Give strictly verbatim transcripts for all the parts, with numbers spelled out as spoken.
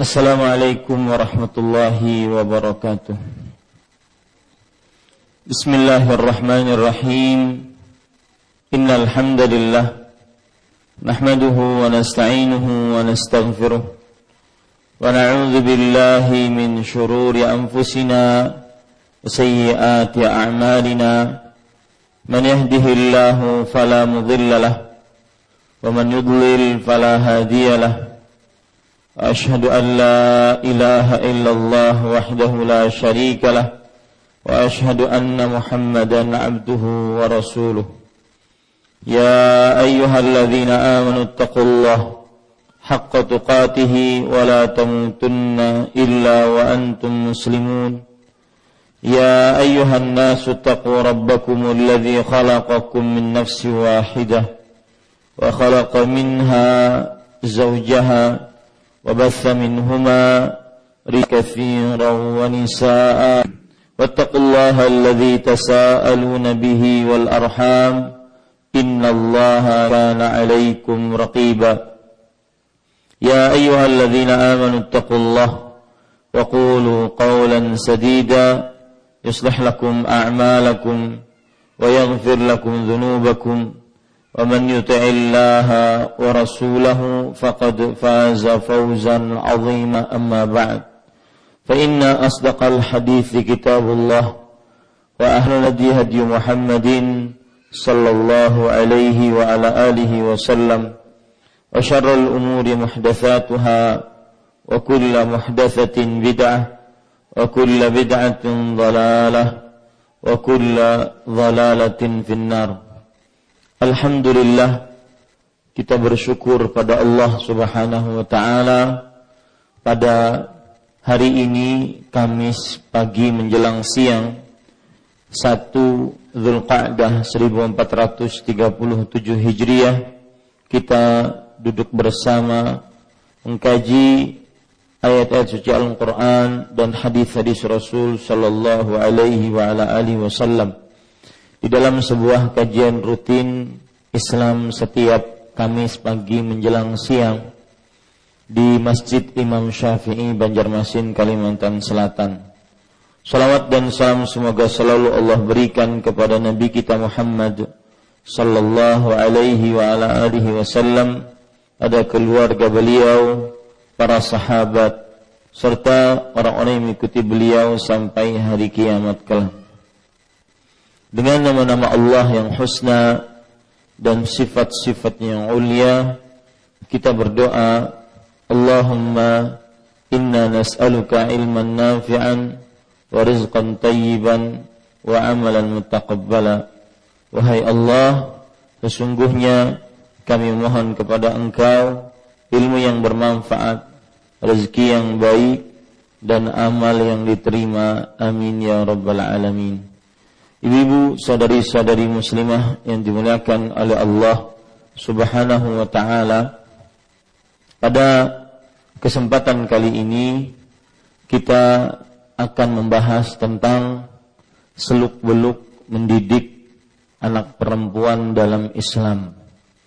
Assalamualaikum warahmatullahi wabarakatuh. Bismillahirrahmanirrahim. Innal hamdalillah nahmaduhu wa nasta'inuhu wa nastaghfiruh wa na'udzu billahi min shururi anfusina wa sayyiati a'malina. Man yahdihillahu fala mudilla lahu wa man yudlil fala hadiya lahu. أشهد أن لا إله إلا الله وحده لا شريك له وأشهد أن محمدا عبده ورسوله يا أيها الذين آمنوا اتقوا الله حق تقاته ولا تموتن إلا وأنتم مسلمون يا أيها الناس اتقوا ربكم الذي خلقكم من نفس واحدة وخلق منها زوجها وبث منهما رجالا كثيرا ونساء واتقوا الله الذي تساءلون به والأرحام إن الله كان عليكم رقيبا يا أيها الذين آمنوا اتقوا الله وقولوا قولا سديدا يصلح لكم أعمالكم ويغفر لكم ذنوبكم ومن يطع الله ورسوله فقد فاز فوزا عظيما أما بعد فإن أصدق الحديث كتاب الله وأهل الهدي هدي محمد صلى الله عليه وعلى آله وسلم وشر الأمور محدثاتها وكل محدثة بدعة وكل بدعة ضلالة وكل ضلالة في النار. Alhamdulillah, kita bersyukur pada Allah Subhanahu wa ta'ala. Pada hari ini Kamis pagi menjelang siang satu Dzulqa'dah seribu empat ratus tiga puluh tujuh Hijriah, kita duduk bersama mengkaji ayat-ayat suci Al-Quran dan hadis-hadis Rasul sallallahu alaihi wa ala alihi wasallam di dalam sebuah kajian rutin Islam setiap Kamis pagi menjelang siang di Masjid Imam Syafi'i, Banjarmasin, Kalimantan Selatan. Salawat dan salam semoga selalu Allah berikan kepada Nabi kita Muhammad sallallahu alaihi wa ala alihi wasallam, pada keluarga beliau, para sahabat, serta orang-orang yang mengikuti beliau sampai hari kiamat kelak. Dengan nama-nama Allah yang husna dan sifat-sifatnya yang ulia, kita berdoa, Allahumma inna nas'aluka ilman nafi'an wa rizqan tayyiban wa amalan mutaqabbala. Wahai Allah, sesungguhnya kami mohon kepada Engkau ilmu yang bermanfaat, rezeki yang baik, dan amal yang diterima. Amin ya rabbal alamin. Ibu-ibu, saudari-saudari muslimah yang dimuliakan oleh Allah Subhanahu wa ta'ala, pada kesempatan kali ini kita akan membahas tentang seluk-beluk mendidik anak perempuan dalam Islam.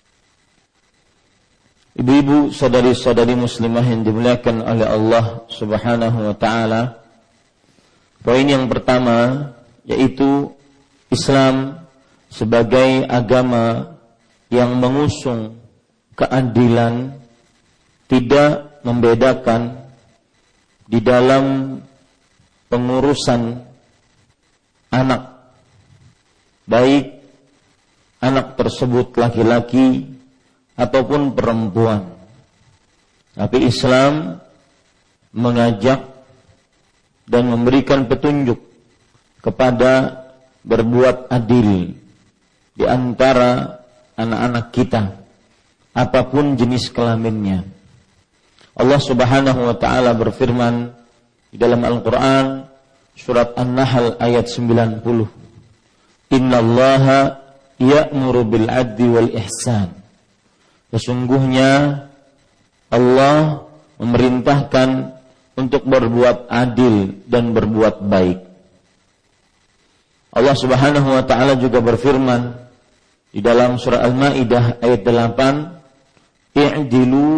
Ibu-ibu, saudari-saudari muslimah yang dimuliakan oleh Allah Subhanahu wa ta'ala, poin yang pertama yaitu Islam sebagai agama yang mengusung keadilan, tidak membedakan di dalam pengurusan anak, baik anak tersebut laki-laki ataupun perempuan. Tapi Islam mengajak dan memberikan petunjuk kepada berbuat adil di antara anak-anak kita, apapun jenis kelaminnya. Allah Subhanahu wa ta'ala berfirman di dalam Al-Quran surat An-Nahl ayat sembilan puluh, Innallaha ya'muru bil adli wal ihsan. Sesungguhnya Allah memerintahkan untuk berbuat adil dan berbuat baik. Allah Subhanahu wa ta'ala juga berfirman di dalam surah Al-Maidah ayat delapan, I'dilu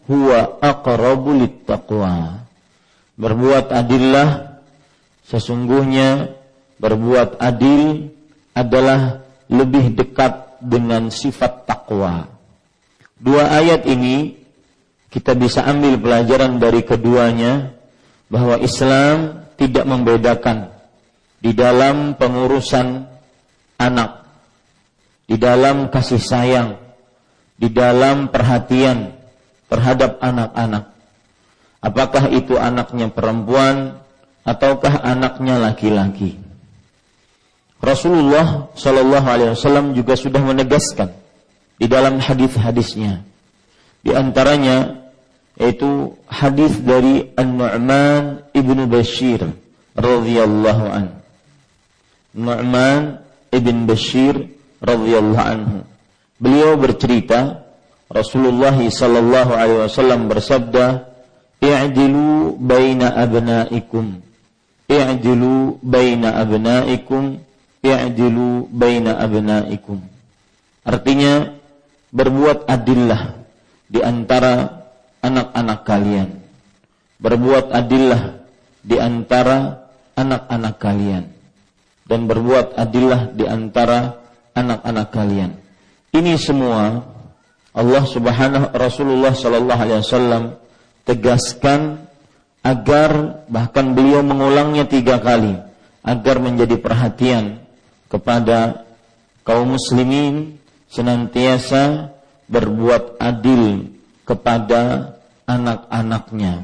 huwa aqrabu littaqwa. Berbuat adillah, sesungguhnya berbuat adil adalah lebih dekat dengan sifat takwa. Dua ayat ini kita bisa ambil pelajaran dari keduanya, bahwa Islam tidak membedakan di dalam pengurusan anak, di dalam kasih sayang, di dalam perhatian terhadap anak-anak. Apakah itu anaknya perempuan ataukah anaknya laki-laki. Rasulullah Shallallahu Alaihi Wasallam juga sudah menegaskan di dalam hadis-hadisnya. Di antaranya yaitu hadis dari An-Nu'man ibnu Bashir radhiyallahu anhu. Nu'man ibn Bashir radhiyallahu anhu. Beliau bercerita, Rasulullah sallallahu alaihi wasallam bersabda, "I'dilu baina abnaikum. I'dilu baina abnaikum. I'dilu baina abnaikum." Artinya, berbuat adillah di antara anak-anak kalian. Berbuat adillah di antara anak-anak kalian. Dan berbuat adillah di antara anak-anak kalian. Ini semua Allah Subhanahu Rasulullah sallallahu alaihi wasallam tegaskan agar, bahkan beliau mengulangnya tiga kali, agar menjadi perhatian kepada kaum muslimin senantiasa berbuat adil kepada anak-anaknya.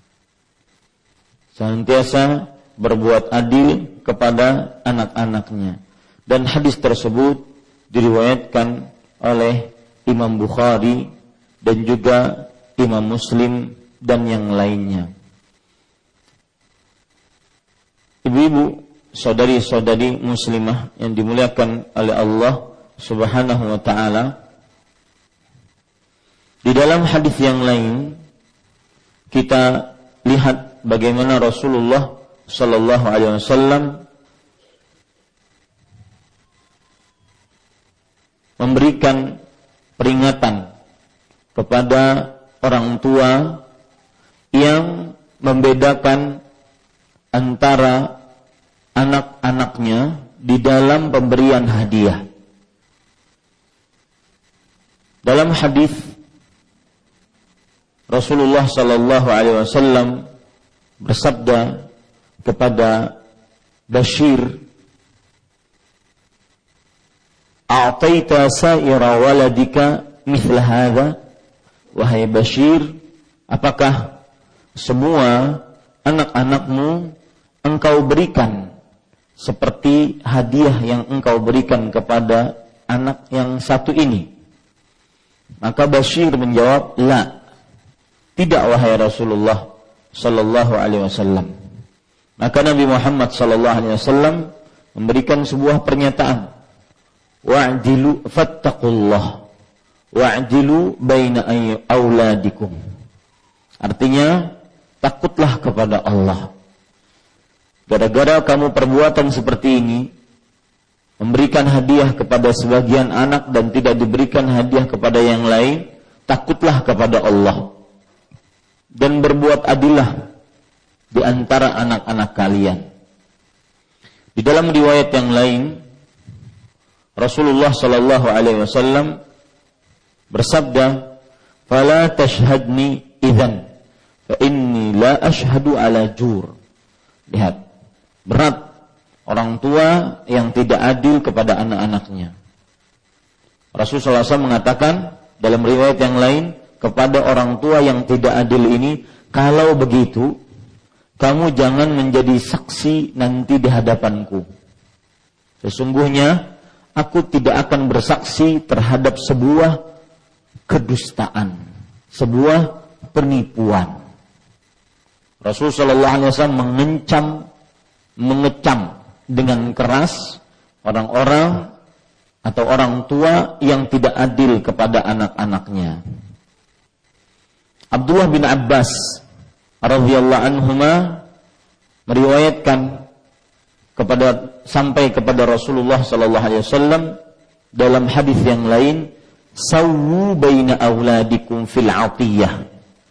Senantiasa berbuat adil kepada anak-anaknya. Dan hadis tersebut diriwayatkan oleh Imam Bukhari dan juga Imam Muslim dan yang lainnya. Ibu-ibu, saudari-saudari muslimah yang dimuliakan oleh Allah Subhanahu wa ta'ala, di dalam hadis yang lain kita lihat bagaimana Rasulullah sallallahu alaihi wasallam memberikan peringatan kepada orang tua yang membedakan antara anak-anaknya di dalam pemberian hadiah. Dalam hadis Rasulullah sallallahu alaihi wasallam bersabda kepada Bashir, "A'taita sa'ira waladika mithla hadha?" Wahai Bashir, apakah semua anak-anakmu engkau berikan seperti hadiah yang engkau berikan kepada anak yang satu ini? Maka Bashir menjawab, "La, tidak wahai Rasulullah sallallahu alaihi wasallam." Maka Nabi Muhammad sallallahu alaihi wasallam memberikan sebuah pernyataan, "Wa'dilu fattaqullah wa'dilu baina auladikum." Artinya, takutlah kepada Allah. Gara-gara kamu perbuatan seperti ini, memberikan hadiah kepada sebagian anak dan tidak diberikan hadiah kepada yang lain, takutlah kepada Allah. Dan berbuat adillah di antara anak-anak kalian. Di dalam riwayat yang lain, Rasulullah sallallahu alaihi wasallam bersabda, "Fala tashhadni idzan, fa inni la ashhadu ala jur." Lihat, berat orang tua yang tidak adil kepada anak-anaknya. Rasulullah sallallahu alaihi wasallam mengatakan dalam riwayat yang lain, kepada orang tua yang tidak adil ini, "Kalau begitu, kamu jangan menjadi saksi nanti di hadapanku. Sesungguhnya aku tidak akan bersaksi terhadap sebuah kedustaan, sebuah penipuan." Rasulullah sallallahu alaihi wasallam mengencam, mengecam dengan keras orang-orang atau orang tua yang tidak adil kepada anak-anaknya. Abdullah bin Abbas radhiyallahu anhuma meriwayatkan kepada sampai kepada Rasulullah sallallahu alaihi wasallam dalam hadis yang lain, "Sawwu baina auladikum fil 'atiyah."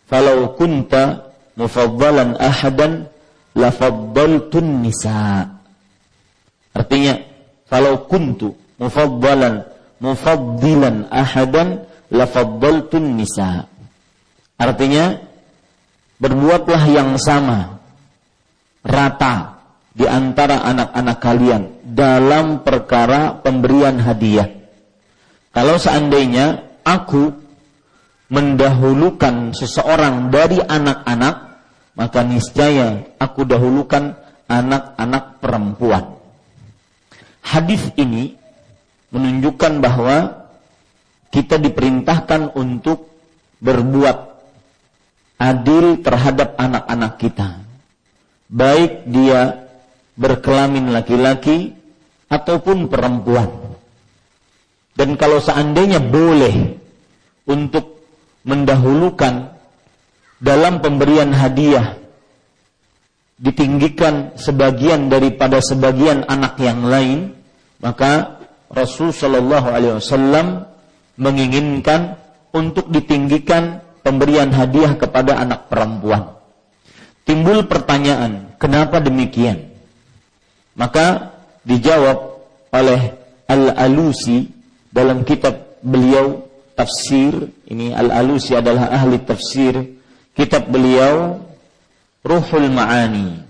falau kunta mufaddalan ahadan lafaddaltun nisa. Artinya, falau kuntu mufaddalan mufaddilan ahadan lafaddaltun nisa. Artinya, berbuatlah yang sama, rata di antara anak-anak kalian dalam perkara pemberian hadiah. Kalau seandainya aku mendahulukan seseorang dari anak-anak, maka niscaya aku dahulukan anak-anak perempuan. Hadis ini menunjukkan bahwa kita diperintahkan untuk berbuat adil terhadap anak-anak kita, baik dia berkelamin laki-laki ataupun perempuan. Dan kalau seandainya boleh untuk mendahulukan dalam pemberian hadiah, ditinggikan sebagian daripada sebagian anak yang lain, maka Rasul Shallallahu Alaihi Wasallam menginginkan untuk ditinggikan pemberian hadiah kepada anak perempuan. Timbul pertanyaan, kenapa demikian? Maka dijawab oleh Al-Alusi dalam kitab beliau tafsir. Ini Al-Alusi adalah ahli tafsir. Kitab beliau Ruhul Ma'ani.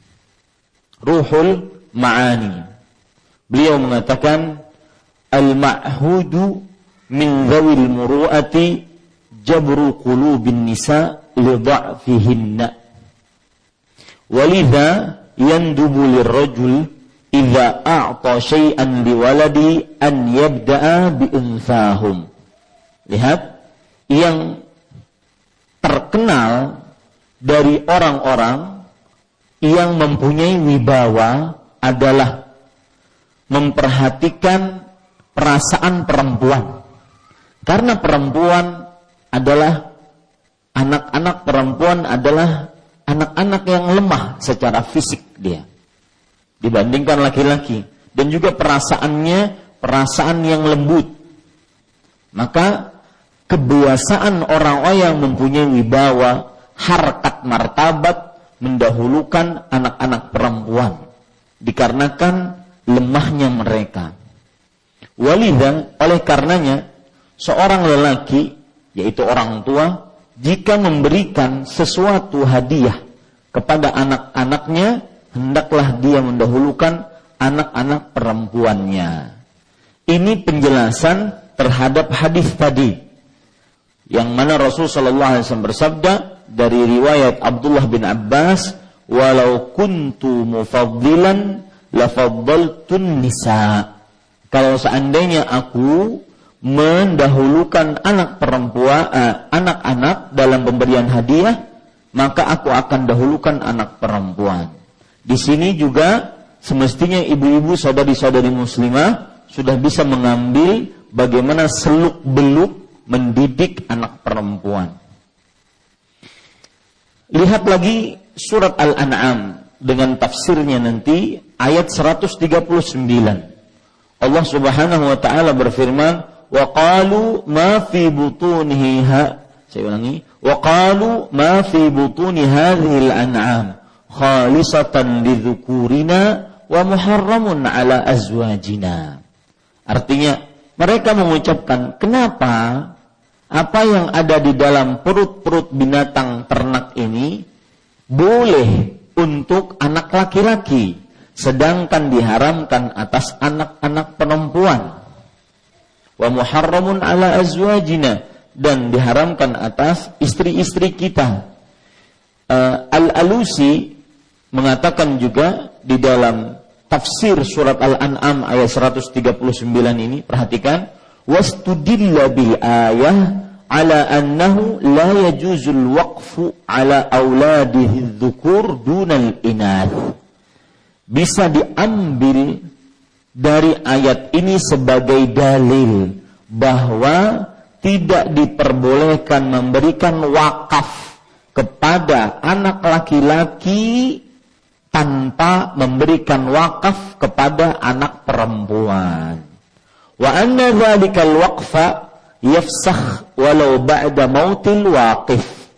Ruhul Ma'ani. Beliau mengatakan, Al-ma'hudu min dhawil muru'ati jabru qulubin nisa li dha'fihinna. Walidha yandubu lirrajul idza a'ta syai'an liwaladi an yabda'a bi'unthahum. Lihat, yang terkenal dari orang-orang yang mempunyai wibawa adalah memperhatikan perasaan perempuan. Karena perempuan adalah anak-anak perempuan adalah anak-anak yang lemah secara fisik dia dibandingkan laki-laki, dan juga perasaannya perasaan yang lembut. Maka kebiasaan orang-orang yang mempunyai wibawa, harkat martabat, mendahulukan anak-anak perempuan dikarenakan lemahnya mereka. Walidan, oleh karenanya seorang lelaki, yaitu orang tua, jika memberikan sesuatu hadiah kepada anak-anaknya, hendaklah dia mendahulukan anak-anak perempuannya. Ini penjelasan terhadap hadis tadi, yang mana Rasul sallallahu alaihi wasallam bersabda dari riwayat Abdullah bin Abbas, "Walau kuntu mufaddilan lafaddaltun nisa." Kalau seandainya aku mendahulukan anak perempuan, eh, anak-anak dalam pemberian hadiah, maka aku akan dahulukan anak perempuan. Di sini juga semestinya ibu-ibu, saudari-saudari muslimah sudah bisa mengambil bagaimana seluk-beluk mendidik anak perempuan. Lihat lagi surat Al-An'am dengan tafsirnya nanti ayat seratus tiga puluh sembilan. Allah Subhanahu wa taala berfirman, "Wa qalu ma fi butunihi ha" Saya ulangi, "Wa qalu ma fi butuni hadhil an'am khalisatan lidzukurina wa muharramun ala azwajina." Artinya, mereka mengucapkan, kenapa apa yang ada di dalam perut-perut binatang ternak ini boleh untuk anak laki-laki, sedangkan diharamkan atas anak-anak perempuan. Wa muharramun ala azwajina, dan diharamkan atas istri-istri kita. Uh, Al-Alusi mengatakan juga di dalam tafsir surat Al-An'am ayat seratus tiga puluh sembilan ini, perhatikan, wastudilla bil ayah ala annahu la yajuzul waqfu ala auladihi dzukur dunal inath. Bisa diambil dari ayat ini sebagai dalil bahwa tidak diperbolehkan memberikan wakaf kepada anak laki-laki tanpa memberikan wakaf kepada anak perempuan. Wa anna dzalikal waqfa yafsakh walau ba'da mautil waqif.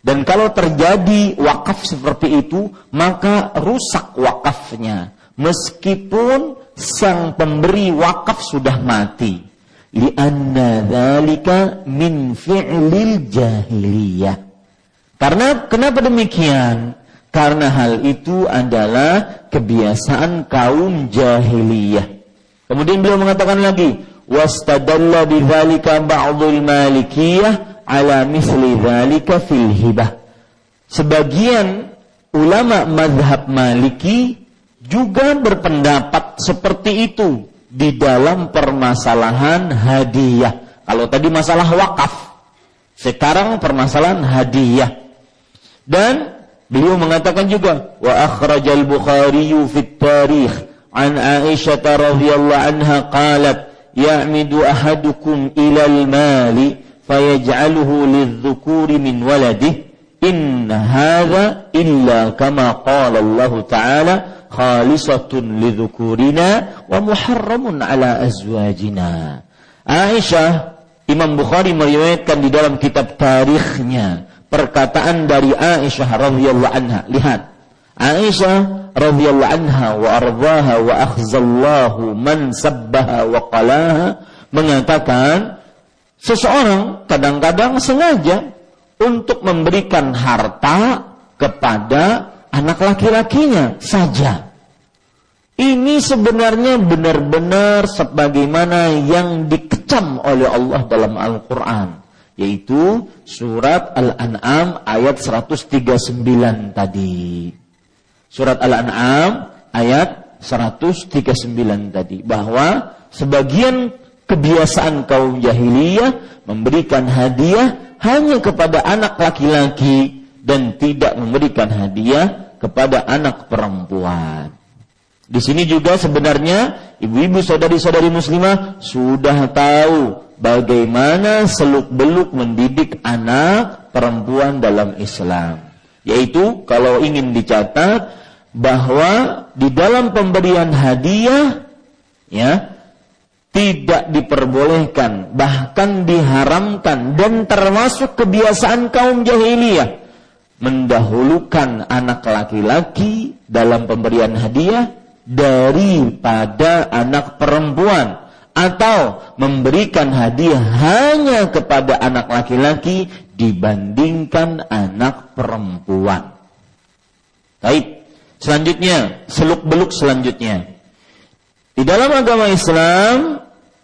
Dan kalau terjadi wakaf seperti itu, maka rusak wakafnya. Meskipun sang pemberi wakaf sudah mati. Li'anna dzalika min fi'lil jahiliyah. Karena kenapa demikian? Karena hal itu adalah kebiasaan kaum jahiliyah. Kemudian beliau mengatakan lagi, wastadalla bidzalika ba'dul malikiyah ala misli dzalika fil hibah. Sebagian ulama mazhab Maliki juga berpendapat seperti itu di dalam permasalahan hadiah. Kalau tadi masalah wakaf, sekarang permasalahan hadiah. Dan beliau mengatakan juga, wa akhrajal Bukhari fi tarikh an Aisyah radhiyallahu anha qalat ya'midu ahadukum ilal mali fayaj'aluhu lidh-dhukuri min waladihi in hadha illa kama qala Allah ta'ala khalisatun lidhukurina wa muharramun ala azwajina. Aisyah, Imam Bukhari meriwayatkan di dalam kitab tarikhnya perkataan dari Aisyah radhiyallahu anha. Lihat, Aisyah radhiyallahu anha wa ardhaha wa akhzallahu man sabbaha wa qalaha mengatakan, seseorang kadang-kadang sengaja untuk memberikan harta kepada anak laki-lakinya saja. Ini sebenarnya benar-benar sebagaimana yang dikecam oleh Allah dalam Al-Quran, yaitu surat Al-An'am ayat seratus tiga puluh sembilan tadi. Surat Al-An'am ayat seratus tiga puluh sembilan tadi, bahwa sebagian kebiasaan kaum jahiliyah memberikan hadiah hanya kepada anak laki-laki dan tidak memberikan hadiah kepada anak perempuan. Di sini juga sebenarnya ibu-ibu saudari-saudari muslimah sudah tahu bagaimana seluk-beluk mendidik anak perempuan dalam Islam. Yaitu kalau ingin dicatat bahwa di dalam pemberian hadiah ya tidak diperbolehkan, bahkan diharamkan, dan termasuk kebiasaan kaum jahiliyah mendahulukan anak laki-laki dalam pemberian hadiah daripada anak perempuan, atau memberikan hadiah hanya kepada anak laki-laki dibandingkan anak perempuan. Baik, selanjutnya, seluk-beluk selanjutnya. Di dalam agama Islam,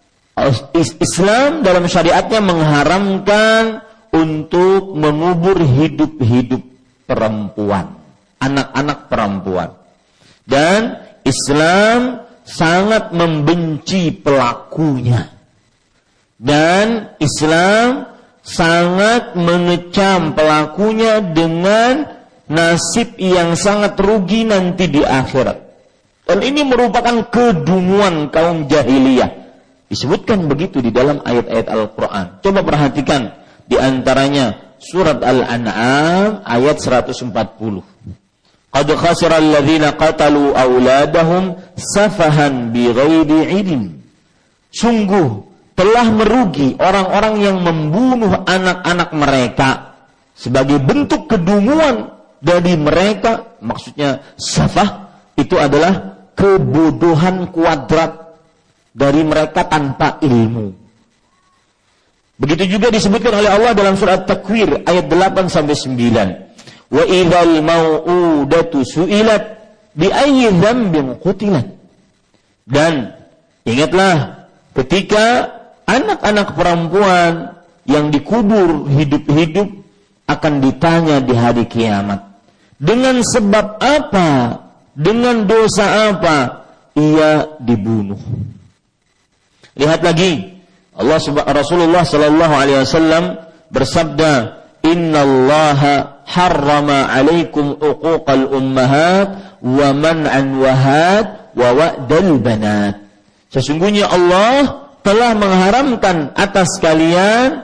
Islam dalam syariatnya mengharamkan untuk mengubur hidup-hidup perempuan, anak-anak perempuan. Dan Islam sangat membenci pelakunya. Dan Islam sangat mengecam pelakunya dengan nasib yang sangat rugi nanti di akhirat. Dan ini merupakan kedunguan kaum jahiliyah. Disebutkan begitu di dalam ayat-ayat Al-Quran. Coba perhatikan di antaranya surat Al-An'am ayat seratus empat puluh. Qad khasira alladhina qatalu awladahum safahan bighairi ilm. Sungguh telah merugi orang-orang yang membunuh anak-anak mereka sebagai bentuk kedunguan dari mereka. Maksudnya safah itu adalah kebodohan kuadrat dari mereka tanpa ilmu. Begitu juga disebutkan oleh Allah dalam surat Takwir ayat delapan sampai sembilan. Wa idzal mau'udatu su'ilat bi ayyi dzambin qutilat. Dan ingatlah ketika anak-anak perempuan yang dikubur hidup-hidup akan ditanya di hari kiamat, dengan sebab apa, dengan dosa apa ia dibunuh. Lihat lagi, Allah Rasulullah sallallahu alaihi wasallam bersabda, innallaha harrama alaikum uquqal ummahat wa man'an wahad wa wa'dal banat. Sesungguhnya Allah telah mengharamkan atas kalian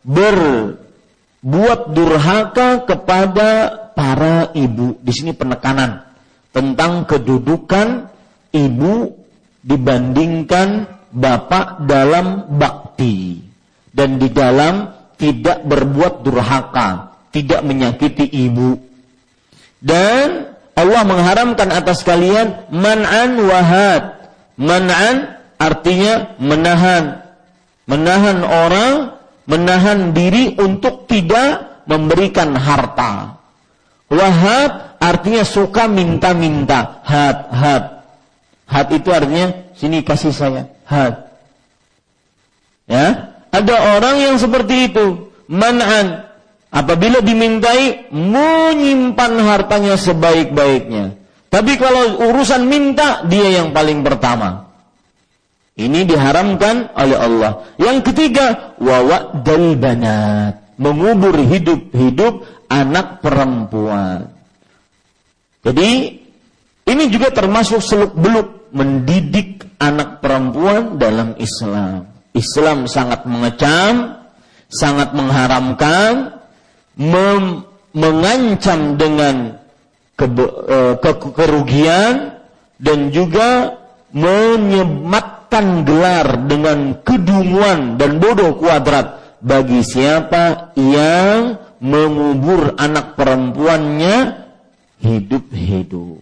berbuat durhaka kepada para ibu. Di sini penekanan tentang kedudukan ibu dibandingkan bapak dalam bakti dan di dalam tidak berbuat durhaka. tidak menyakiti ibu. Dan Allah mengharamkan atas kalian man'an wahad. Man'an artinya menahan. Menahan orang, menahan diri untuk tidak memberikan harta. Wahad artinya suka minta-minta. Had, had. Had itu artinya sini kasih saya. Had. Ya, ada orang yang seperti itu. Man'an. Apabila dimintai, menyimpan hartanya sebaik-baiknya. Tapi kalau urusan minta, dia yang paling pertama. Ini diharamkan oleh Allah. Yang ketiga, wa wa'dal banat. Mengubur hidup-hidup anak perempuan. Jadi, ini juga termasuk seluk-beluk mendidik anak perempuan dalam Islam. Islam sangat mengecam, sangat mengharamkan, Mem- mengancam dengan ke- ke- kerugian dan juga menyematkan gelar dengan kedunguan dan bodoh kuadrat bagi siapa yang mengubur anak perempuannya hidup-hidup.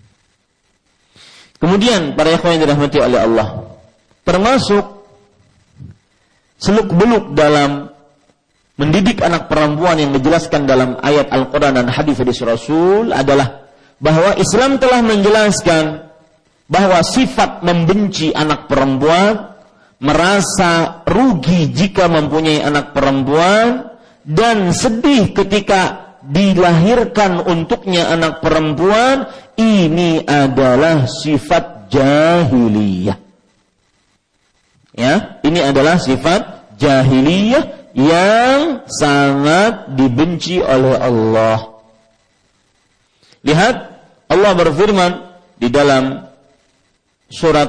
Kemudian para ikhwan yang dirahmati oleh Allah, termasuk seluk-beluk dalam mendidik anak perempuan yang dijelaskan dalam ayat Al-Quran dan hadis-hadis Rasul adalah bahwa Islam telah menjelaskan bahwa sifat membenci anak perempuan, merasa rugi jika mempunyai anak perempuan, dan sedih ketika dilahirkan untuknya anak perempuan, ini adalah sifat jahiliyah. Ya, ini adalah sifat jahiliyah yang sangat dibenci oleh Allah. Lihat, Allah berfirman di dalam surat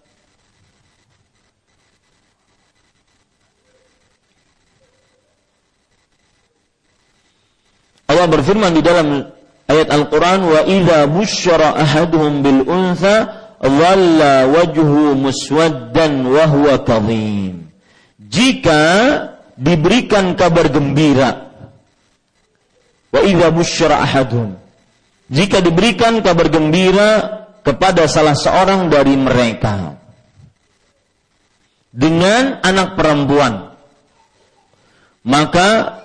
Allah berfirman di dalam ayat Al-Quran, wa idza busyira ahaduhum bil untha dhalla wajhu muswaddan wa huwa kadhim. Jika diberikan kabar gembira, wa idza busyira ahadun, jika diberikan kabar gembira kepada salah seorang dari mereka dengan anak perempuan, maka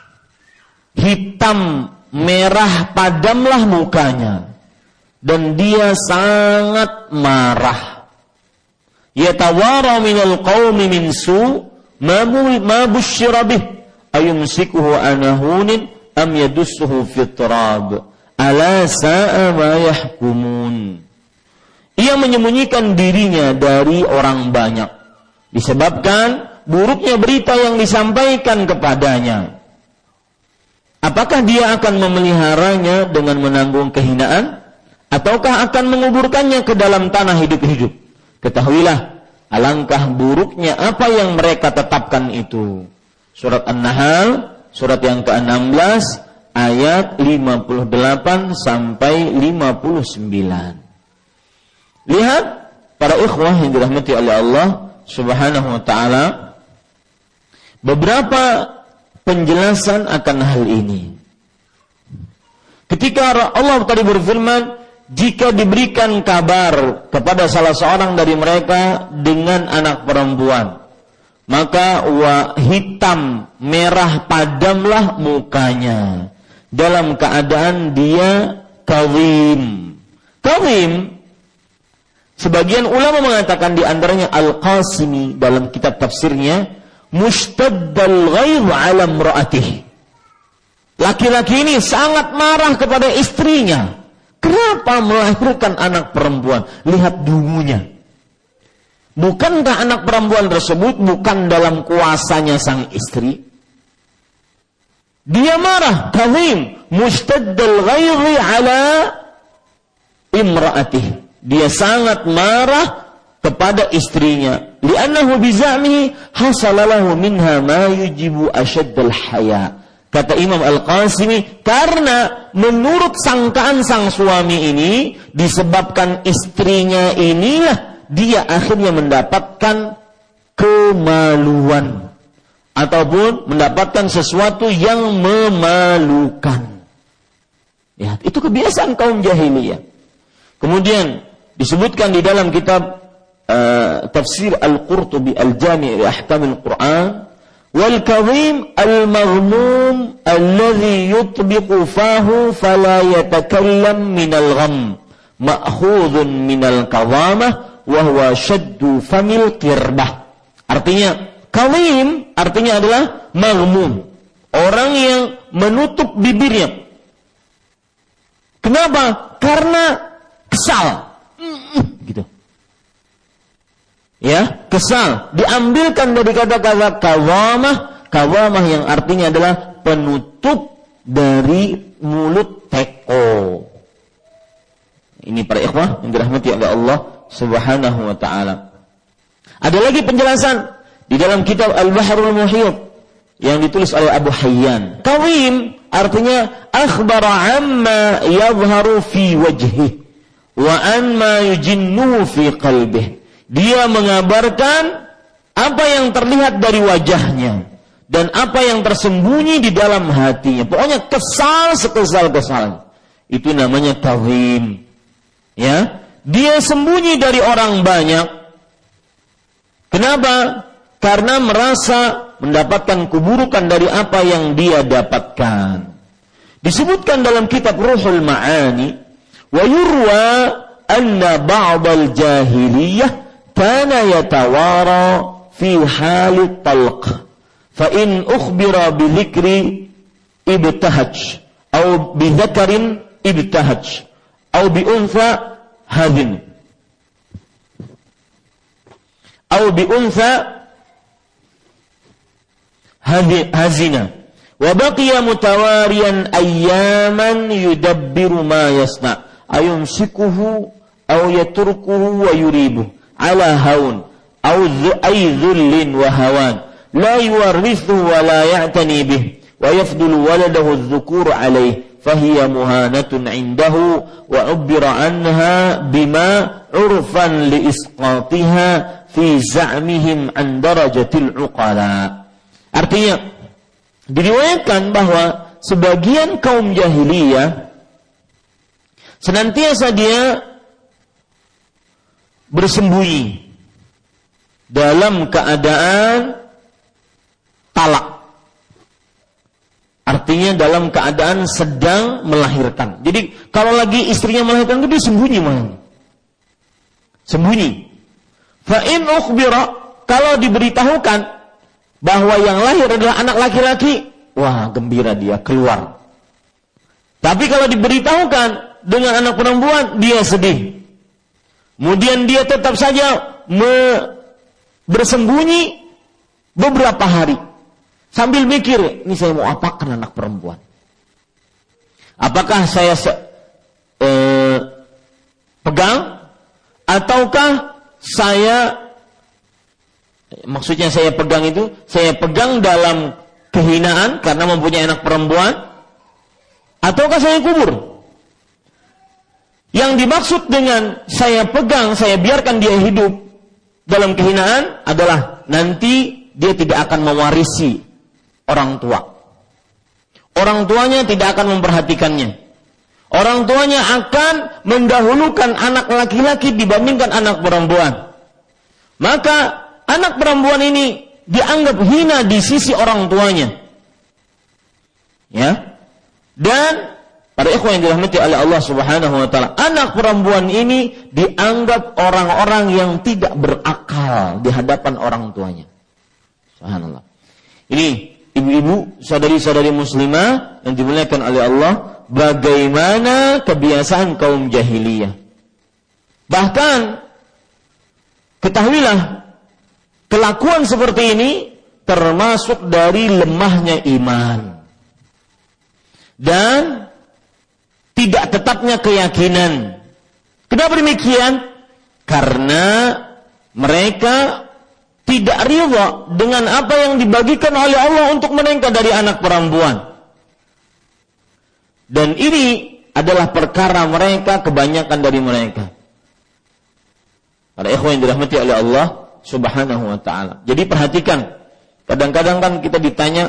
hitam merah padamlah mukanya dan dia sangat marah. Yatawara minal qaumi min su' ma busyira bih ayumsikuhu anahunin am yadussuhu fitrab ala sa'a ma yahkumun. Ia menyembunyikan dirinya dari orang banyak disebabkan buruknya berita yang disampaikan kepadanya. Apakah dia akan memeliharanya dengan menanggung kehinaan ataukah akan menguburkannya ke dalam tanah hidup-hidup? Ketahuilah, alangkah buruknya apa yang mereka tetapkan itu. Surat An-Nahl, surat yang ke enam belas, ayat lima puluh delapan sampai lima puluh sembilan. Lihat, para ikhwah yang dirahmati oleh Allah Subhanahu wa ta'ala, beberapa penjelasan akan hal ini. Ketika Allah tadi berfirman, jika diberikan kabar kepada salah seorang dari mereka dengan anak perempuan, maka wa hitam merah padamlah mukanya dalam keadaan dia kawim. Kawim, sebagian ulama mengatakan di antaranya Al-Qasimi dalam kitab tafsirnya, mustaddal ghaib ala imra'atih. Laki-laki ini sangat marah kepada istrinya. Kenapa melahirkan anak perempuan? Lihat dungunya. Bukankah anak perempuan tersebut bukan dalam kuasanya sang istri? Dia marah, kazim, mustaddal ghairi ala imra'atih. Dia sangat marah kepada istrinya. Li'annahu bizamihi hasalalahu minha ma yujibu asyaddal haya. Kata Imam Al-Qasimi, karena menurut sangkaan sang suami ini, disebabkan istrinya inilah dia akhirnya mendapatkan kemaluan. ataupun mendapatkan sesuatu yang memalukan. Ya, itu kebiasaan kaum jahiliyah. Kemudian disebutkan di dalam kitab uh, tafsir Al-Qurtubi Al-Jami' li Ahkamil Quran, wal kadhim al-maghmum alladhi yutbiqu fahu fala yatakallam minal gham ma'khudhun minal kadhamah wa huwa shaddu famil qirbah. Artinya kadhim artinya adalah maghmum, orang yang menutup bibirnya. Kenapa? Karena kesal. Gitu. Ya, kesal. Diambilkan dari kata-kata kawamah, kawamah yang artinya adalah penutup dari mulut teko. Ini para ikhwah yang dirahmati oleh Allah Subhanahu wa taala. Ada lagi penjelasan di dalam kitab Al-Bahrul Muhit yang ditulis oleh Abu Hayyan. Kawim artinya akhbara amma yadhharu fi wajhi wa amma yujinnu fi qalbih. Dia mengabarkan apa yang terlihat dari wajahnya dan apa yang tersembunyi di dalam hatinya. Pokoknya kesal sekesal-kesal. Itu namanya kawim. Ya, dia sembunyi dari orang banyak. Kenapa? Karena merasa mendapatkan keburukan dari apa yang dia dapatkan. Disebutkan dalam kitab Ruhul Ma'ani, wa yurwa anna ba'dal jahiliyah kana yatawara fi halit talq, fa in ukhbira bi dhikri ibtahaj aw bi dhakarin ibtahaj aw bi untha hadin aw bi untha hazina wa baqiya mutawariyan ayyaman yudabbiru ma yasna ayumsikuhu aw yatrukuhu wa yuribu ala haun aw ay dhullin wa hawan la yuwarrithu wa la ya'tani bih wa yafdulu waladahu adh-dhukur alayhi fahiya muhanatun indahu wa ubbira anha bima urfan li isqatiha fi za'mihim an darajatil uqala. Artinya diriwayatkan bahwa sebagian kaum jahiliyah senantiasa dia bersembunyi dalam keadaan talak. Artinya dalam keadaan sedang melahirkan. Jadi kalau lagi istrinya melahirkan itu dia sembunyi malah. Sembunyi. Fa in ukhbira, kalau diberitahukan bahwa yang lahir adalah anak laki-laki, wah gembira dia keluar. Tapi kalau diberitahukan dengan anak perempuan, dia sedih. Kemudian dia tetap saja me- bersembunyi beberapa hari. Sambil mikir, ini saya mau apakan anak perempuan? Apakah saya se- eh, pegang? Ataukah saya, maksudnya saya pegang itu, saya pegang dalam kehinaan karena mempunyai anak perempuan, ataukah saya kubur? Yang dimaksud dengan saya pegang, saya biarkan dia hidup dalam kehinaan adalah nanti dia tidak akan mewarisi orang tua. Orang tuanya tidak akan memperhatikannya. Orang tuanya akan mendahulukan anak laki-laki dibandingkan anak perempuan. Maka anak perempuan ini dianggap hina di sisi orang tuanya. Ya. Dan para ikhwan yang dirahmati oleh Allah Subhanahu wa taala, anak perempuan ini dianggap orang-orang yang tidak berakal di hadapan orang tuanya. Subhanallah. Ini ibu-ibu, saudari-saudari muslimah yang dimuliakan oleh Allah, bagaimana kebiasaan kaum jahiliyah. Bahkan ketahuilah, kelakuan seperti ini termasuk dari lemahnya iman dan tidak tetapnya keyakinan. Kenapa demikian? Karena mereka tidak ridha dengan apa yang dibagikan oleh Allah untuk mereka dari anak perempuan. Dan ini adalah perkara mereka, kebanyakan dari mereka. Para ikhwan yang dirahmati oleh Allah Subhanahu wa taala. Jadi perhatikan Kadang-kadang kan kita ditanya,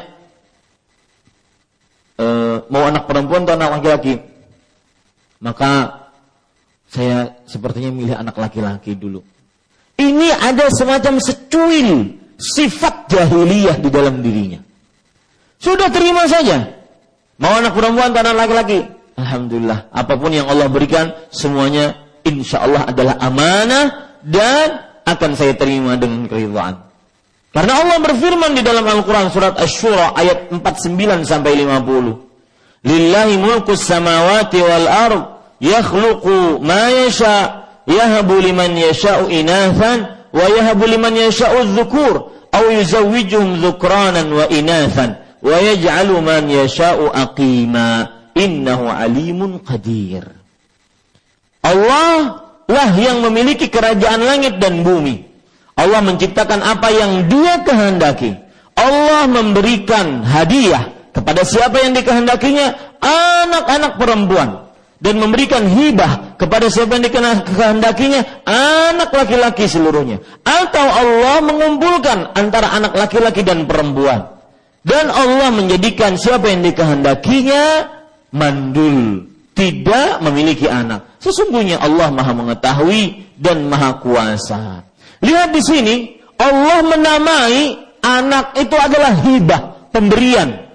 e, mau anak perempuan atau anak laki-laki? Maka saya sepertinya milih anak laki-laki dulu. Ini ada semacam secuil sifat jahiliyah di dalam dirinya. Sudah terima saja. Mau anak perempuan atau anak laki-laki? Alhamdulillah. Apapun yang Allah berikan, semuanya insya Allah adalah amanah dan akan saya terima dengan keridhaan. Karena Allah berfirman di dalam Al-Quran surat Asy-Syura ayat empat puluh sembilan sampai lima puluh. Lillahi mulkus samawati wal ard yakhluqu ma yasha yahabu liman yasha'u inathan wa yahabu liman yasha'u adh-dhukur aw yuzawwijuhum dhukranan wa inathan wa yaj'alu man yasha'u aqima innahu alimun qadir. Allah lah yang memiliki kerajaan langit dan bumi. Allah menciptakan apa yang Dia kehendaki. Allah memberikan hadiah kepada siapa yang dikehendakinya, anak-anak perempuan, dan memberikan hibah kepada siapa yang dikehendakinya, anak laki-laki seluruhnya. Atau Allah mengumpulkan antara anak laki-laki dan perempuan, dan Allah menjadikan siapa yang dikehendakinya mandul, tidak memiliki anak. Sesungguhnya Allah Maha mengetahui dan Maha kuasa. Lihat di sini, Allah menamai anak itu adalah hibah, pemberian.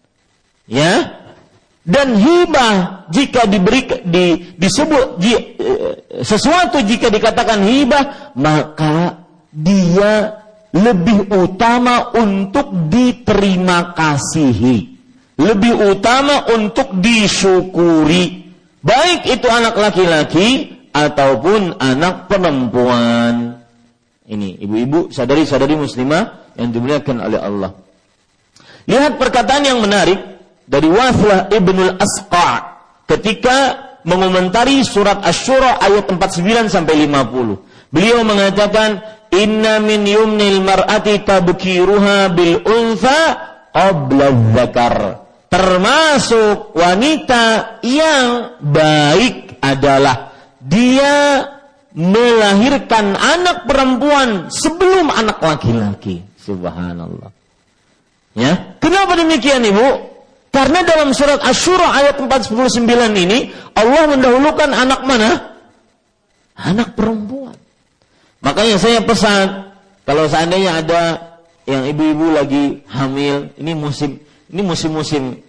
Ya. Dan hibah jika diberi di, disebut di, sesuatu jika dikatakan hibah, maka dia lebih utama untuk diterima kasihi, lebih utama untuk disyukuri, baik itu anak laki-laki ataupun anak perempuan. Ini ibu-ibu, sadari-sadari muslimah yang dimuliakan oleh Allah. Lihat perkataan yang menarik dari Wathlah ibnul Asqa ketika mengomentari surat Asy-Syura ayat empat puluh sembilan sampai lima puluh. Beliau mengatakan, inna min yumnil mar'ati tabkiruha bil untha qabla dzakar. Termasuk wanita yang baik adalah dia melahirkan anak perempuan sebelum anak laki-laki. Subhanallah. Ya, kenapa demikian, Ibu? Karena dalam surat Asy-Syura ayat empat puluh sembilan ini Allah mendahulukan anak mana? Anak perempuan. Makanya saya pesan, kalau seandainya ada yang ibu-ibu lagi hamil, ini musim ini musim-musim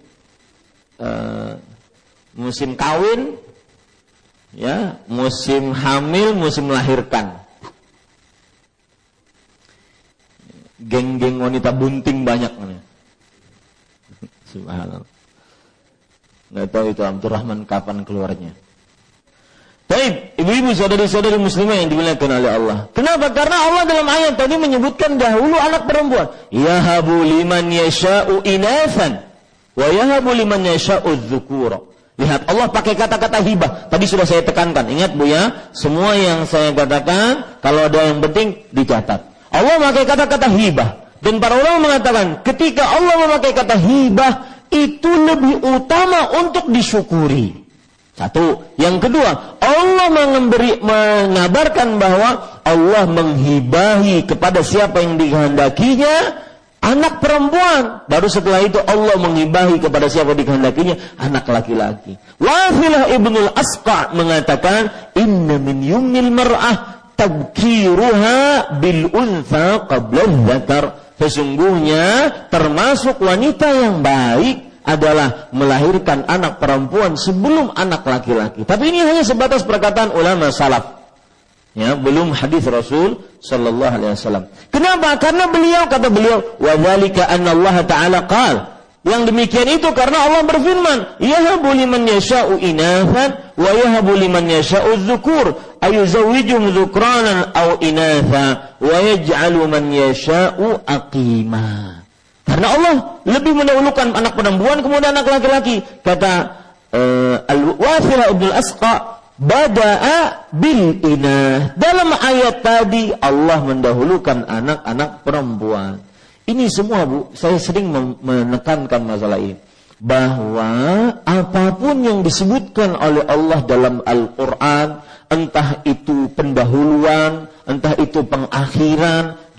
uh, musim kawin, ya, musim hamil, musim melahirkan. Geng-geng wanita bunting banyak nih. Subhanallah. Nggak tahu itu Abdurrahman kapan keluarnya. Baik, ibu-ibu, saudari-saudari muslimah yang dimuliakan oleh Allah. Kenapa? Karena Allah dalam ayat tadi menyebutkan dahulu anak perempuan. Yahabu liman yasha'u inathan wa yahabu liman yasha'u dzukura. Lihat, Allah pakai kata-kata hibah. Tadi sudah saya tekankan. Ingat Bu ya, semua yang saya katakan kalau ada yang penting dicatat. Allah memakai kata-kata hibah. Dan para ulama mengatakan ketika Allah memakai kata hibah itu lebih utama untuk disyukuri. Satu. Yang kedua, Allah memberi, mengabarkan bahwa Allah menghibahi kepada siapa yang dikehendakinya anak perempuan. Baru setelah itu Allah menghibahi kepada siapa dikehendakinya anak laki-laki. Wathlah ibnul Asqa mengatakan, inna min yumnil mar'ah tabkiruha bil untha qabla dzakar. Sesungguhnya termasuk wanita yang baik adalah melahirkan anak perempuan sebelum anak laki-laki. Tapi ini hanya sebatas perkataan ulama salaf. Ya, belum hadis Rasul sallallahu alaihi wasallam. Kenapa? Karena beliau, kata beliau, wa dzalika anna Allah taala qala. Yang demikian itu karena Allah berfirman, yahabu liman yasha'u inathan wa yahabu liman yasha'u dzukur ayuzawwijum dzukranan aw inatha wa yaj'alu man yasha'u aqima. Karena Allah lebih mendahulukan anak perempuan kemudian anak laki-laki. Kata uh, Al-Wathila Ibnul Asqa, bada'a bil inah. Dalam ayat tadi Allah mendahulukan anak-anak perempuan. Ini semua Bu, saya sering menekankan masalah ini. Bahwa apapun yang disebutkan oleh Allah dalam Al-Quran, entah itu pendahuluan, entah itu pengakhiran,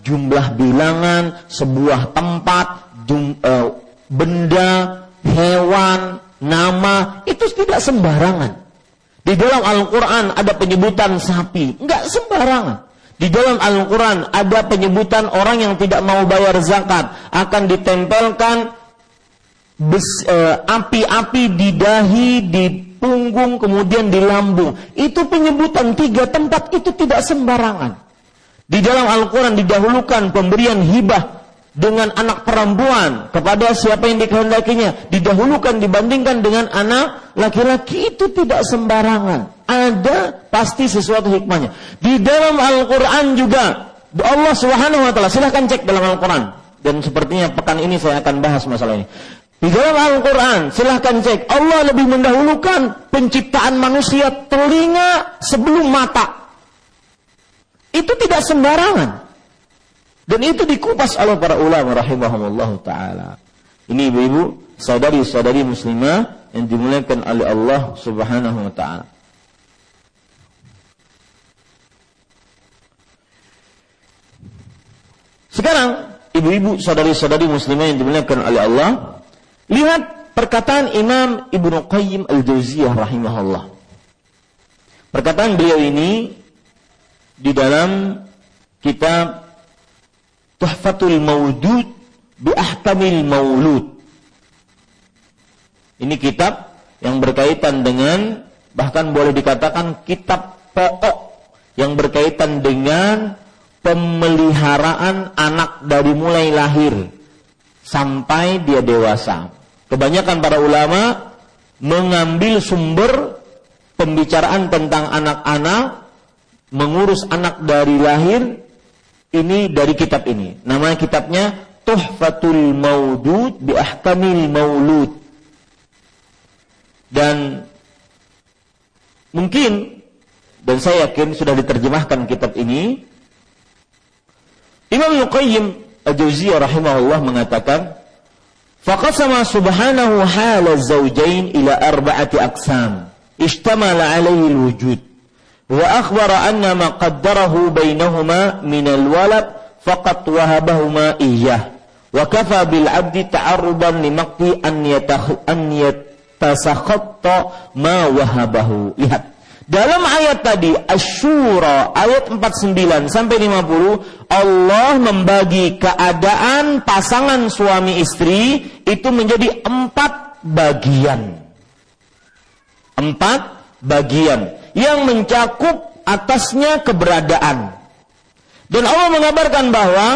jumlah bilangan, sebuah tempat, jum, uh, benda, hewan, nama, itu tidak sembarangan. Di dalam Al-Quran ada penyebutan sapi, enggak sembarangan. Di dalam Al-Quran ada penyebutan orang yang tidak mau bayar zakat akan ditempelkan bes, uh, api-api di dahi, di punggung, kemudian di lambung. Itu penyebutan tiga tempat itu tidak sembarangan. Di dalam Al-Quran didahulukan pemberian hibah dengan anak perempuan kepada siapa yang dikehendakinya, didahulukan dibandingkan dengan anak laki-laki. Itu tidak sembarangan. Ada pasti sesuatu hikmahnya. Di dalam Al-Quran juga Allah Subhanahu wa taala, silahkan cek dalam Al-Quran, dan sepertinya pekan ini saya akan bahas masalah ini. Di dalam Al-Quran, silahkan cek, Allah lebih mendahulukan penciptaan manusia telinga sebelum mata. Itu tidak sembarangan. Dan itu dikupas oleh para ulama rahimahumullah ta'ala. Ini ibu-ibu, saudari-saudari muslimah yang dimuliakan oleh Allah Subhanahu wa ta'ala. Sekarang, ibu-ibu, saudari-saudari muslimah yang dimuliakan oleh Allah, lihat perkataan Imam Ibnu Qayyim Al-Jauziyah rahimahullah. Perkataan beliau ini di dalam kitab Tuhfatul Mawdud bi Ahkamil Maulud. Ini kitab yang berkaitan dengan, bahkan boleh dikatakan kitab pokok yang berkaitan dengan pemeliharaan anak dari mulai lahir sampai dia dewasa. Kebanyakan para ulama mengambil sumber pembicaraan tentang anak-anak, mengurus anak dari lahir, ini dari kitab ini. Nama kitabnya Tuhfatul Mawdud bi Ahkamil Maulud. Dan mungkin, dan saya yakin sudah diterjemahkan kitab ini. Imam Al-Qayyim Al-Jauziyah rahimahullah mengatakan, faqasama subhanahu hala zawjain ila arba'ati aqsam ishtamala alaihi al-wujud wa akhbara anna ma qaddarahu bainahuma min al-walad faqat wahabahuma iyyah wa kafa bil 'abdi ta'arruban limaqti an yatakh an yatasakhatta ma wahabahu. Lihat dalam ayat tadi Asy-Syura ayat empat puluh sembilan sampai lima puluh, Allah membagi keadaan pasangan suami istri itu menjadi empat bagian. Empat bagian yang mencakup atasnya keberadaan. Dan Allah mengabarkan bahwa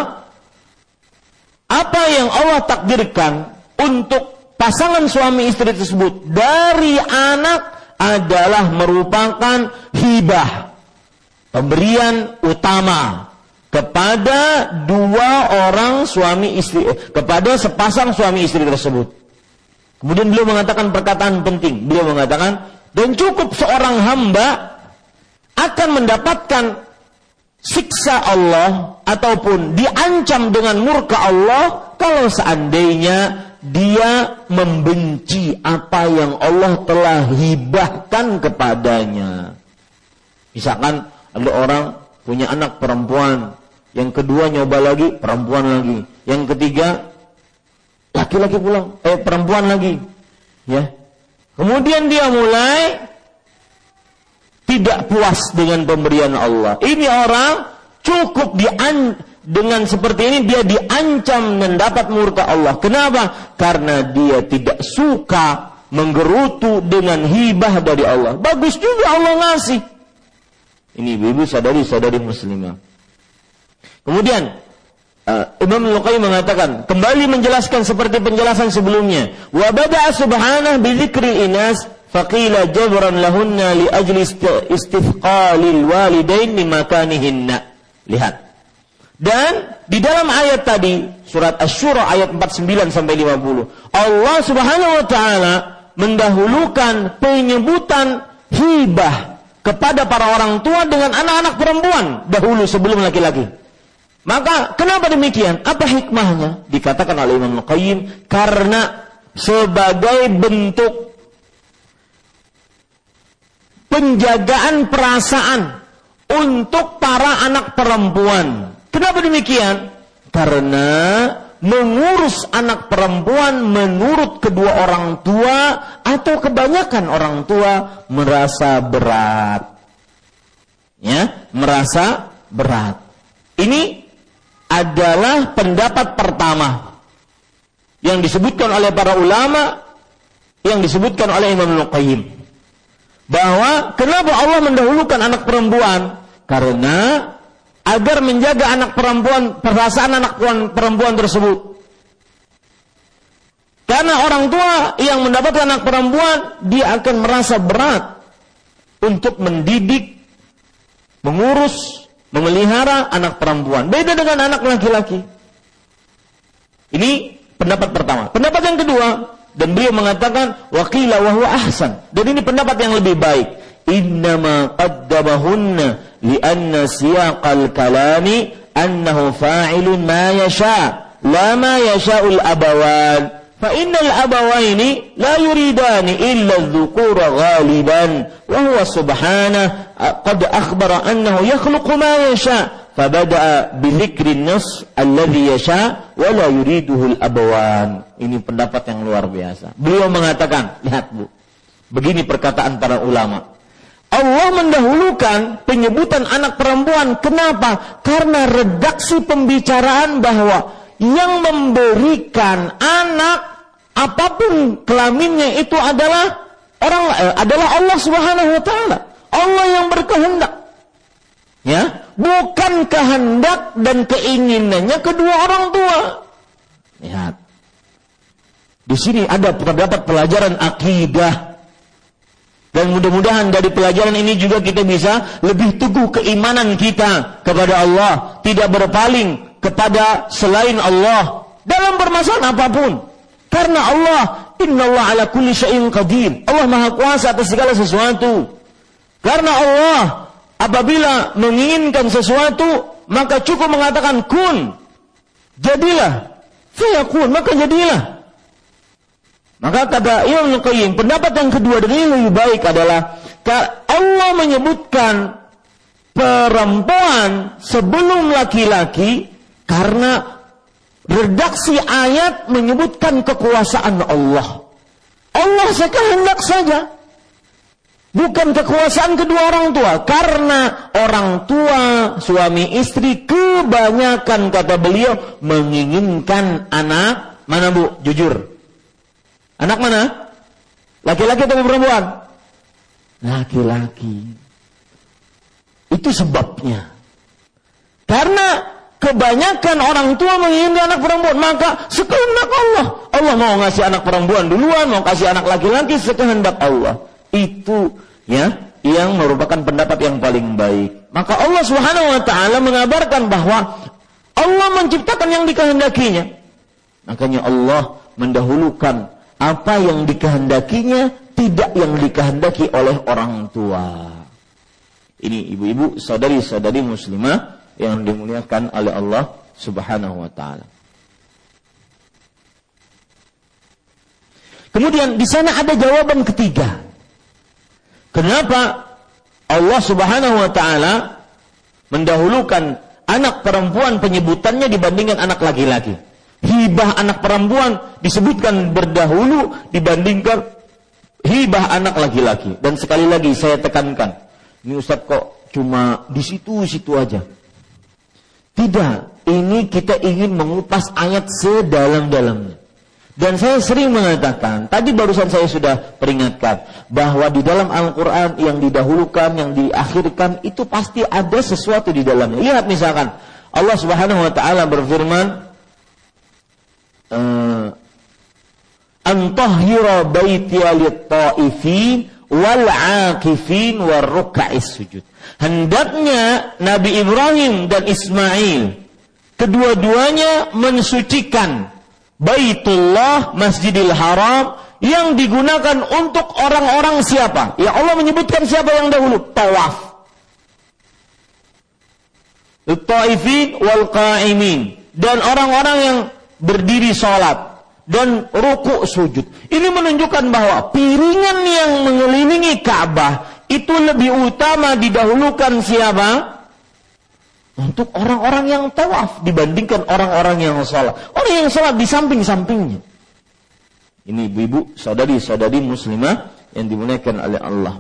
apa yang Allah takdirkan untuk pasangan suami istri tersebut dari anak adalah merupakan hibah, pemberian utama kepada dua orang suami istri, kepada sepasang suami istri tersebut. Kemudian beliau mengatakan perkataan penting. Beliau mengatakan, dan cukup seorang hamba akan mendapatkan siksa Allah ataupun diancam dengan murka Allah kalau seandainya dia membenci apa yang Allah telah hibahkan kepadanya. Misalkan ada orang punya anak perempuan, yang kedua nyoba lagi perempuan lagi, yang ketiga laki-laki pulang, eh perempuan lagi, ya. Kemudian dia mulai tidak puas dengan pemberian Allah. Ini orang cukup dian dengan seperti ini dia diancam mendapat murka Allah. Kenapa? Karena dia tidak suka menggerutu dengan hibah dari Allah. Bagus juga Allah ngasih. Ini ibu sadari-sadari muslimah. Kemudian uh, Imam Al-Qayyim mengatakan, kembali menjelaskan seperti penjelasan sebelumnya. Wa bada'a subhanahu bi dzikril inas faqila jabran lahunna li ajli istifqalil walidain li makanihinna. Lihat. Dan di dalam ayat tadi, surat Asy-Syura ayat empat puluh sembilan sampai lima puluh, Allah Subhanahu wa taala mendahulukan penyebutan hibah kepada para orang tua dengan anak-anak perempuan dahulu sebelum laki-laki. Maka kenapa demikian? Apa hikmahnya? Dikatakan oleh Imam Al-Qayyim, karena sebagai bentuk penjagaan perasaan untuk para anak perempuan. Kenapa demikian? Karena mengurus anak perempuan menurut kedua orang tua atau kebanyakan orang tua merasa berat. Ya, merasa berat. Ini adalah pendapat pertama yang disebutkan oleh para ulama, yang disebutkan oleh Imam Al-Qayyim, bahwa kenapa Allah mendahulukan anak perempuan? Karena agar menjaga anak perempuan, perasaan anak perempuan tersebut. Karena orang tua yang mendapatkan anak perempuan, dia akan merasa berat untuk mendidik, mengurus, memelihara anak perempuan. Beda dengan anak laki-laki. Ini pendapat pertama. Pendapat yang kedua, dan beliau mengatakan waqila wa huwa ahsan. Dan ini pendapat yang lebih baik. Innama qaddamahunna li'anna siyaqal kalami annahu fa'ilun ma yasha la ma yasha'ul abawan fa innal abawaini la yuridani illa adh-dhukura ghaliban wa huwa subhanahu qad akhbara annahu yakhluqu ma yasha fabada'a bi dhikri an-nas alladhi yasha wa la yuriduhu al-abawan. Ini pendapat yang luar biasa. Beliau mengatakan, lihat Bu, begini perkataan para ulama. Allah mendahulukan penyebutan anak perempuan. Kenapa? Karena redaksi pembicaraan bahwa yang memberikan anak apapun kelaminnya itu adalah orang eh, adalah Allah Subhanahu wa taala. Allah yang berkehendak. Ya, bukan kehendak dan keinginannya kedua orang tua. Lihat. Di sini ada terdapat pelajaran akidah. Dan mudah-mudahan dari pelajaran ini juga kita bisa lebih teguh keimanan kita kepada Allah, tidak berpaling kepada selain Allah dalam permasalahan apapun. Karena Allah, innallaha ala kulli syai'in qadir. Allah Maha Kuasa atas segala sesuatu. Karena Allah apabila menginginkan sesuatu, maka cukup mengatakan kun, jadilah. Fayakun, maka jadilah. Maka kata Imam Al-Qayyim, pendapat yang kedua dan ini lebih baik adalah Allah menyebutkan perempuan sebelum laki-laki karena redaksi ayat menyebutkan kekuasaan Allah. Allah sekehendak saja. Bukan kekuasaan kedua orang tua. Karena orang tua, suami istri kebanyakan kata beliau menginginkan anak. Mana Bu? Jujur. Anak mana? Laki-laki atau perempuan? Laki-laki. Itu sebabnya. Karena kebanyakan orang tua menginginkan anak perempuan, maka sekehendak Allah. Allah mau ngasih anak perempuan duluan, mau kasih anak laki-laki sekehendak Allah. Itu ya yang merupakan pendapat yang paling baik. Maka Allah Subhanahu wa taala mengabarkan bahwa Allah menciptakan yang dikehendakinya. Makanya Allah mendahulukan apa yang dikehendakinya, tidak yang dikehendaki oleh orang tua. Ini ibu-ibu, saudari-saudari muslimah yang dimuliakan oleh Allah Subhanahu wa taala. Kemudian di sana ada jawaban ketiga. Kenapa Allah Subhanahu wa taala mendahulukan anak perempuan penyebutannya dibandingkan anak laki-laki? Hibah anak perempuan disebutkan berdahulu dibandingkan hibah anak laki-laki. Dan sekali lagi saya tekankan, ini Ustaz kok cuma di situ-situ aja. Tidak, ini kita ingin mengupas ayat sedalam-dalamnya. Dan saya sering mengatakan, tadi barusan saya sudah peringatkan, bahwa di dalam Al-Quran yang didahulukan, yang diakhirkan, itu pasti ada sesuatu di dalamnya. Lihat misalkan, Allah Subhanahu wa ta'ala berfirman, antahhira baitiya lit-ta'ifin wal-'akifin war-ruk'is sujud. Hendaknya Nabi Ibrahim dan Ismail kedua-duanya mensucikan Baitullah, Masjidil Haram yang digunakan untuk orang-orang siapa? Ya Allah menyebutkan siapa yang dahulu? Tawaf. Lit-ta'ifin wal-qa'imin, dan orang-orang yang berdiri sholat dan ruku sujud. Ini menunjukkan bahwa piringan yang mengelilingi Ka'bah itu lebih utama didahulukan siapa? untuk orang-orang yang tawaf dibandingkan orang-orang yang salat. Orang yang salat di samping-sampingnya. Ini ibu-ibu, saudari-saudari muslimah yang dimuliakan oleh Allah.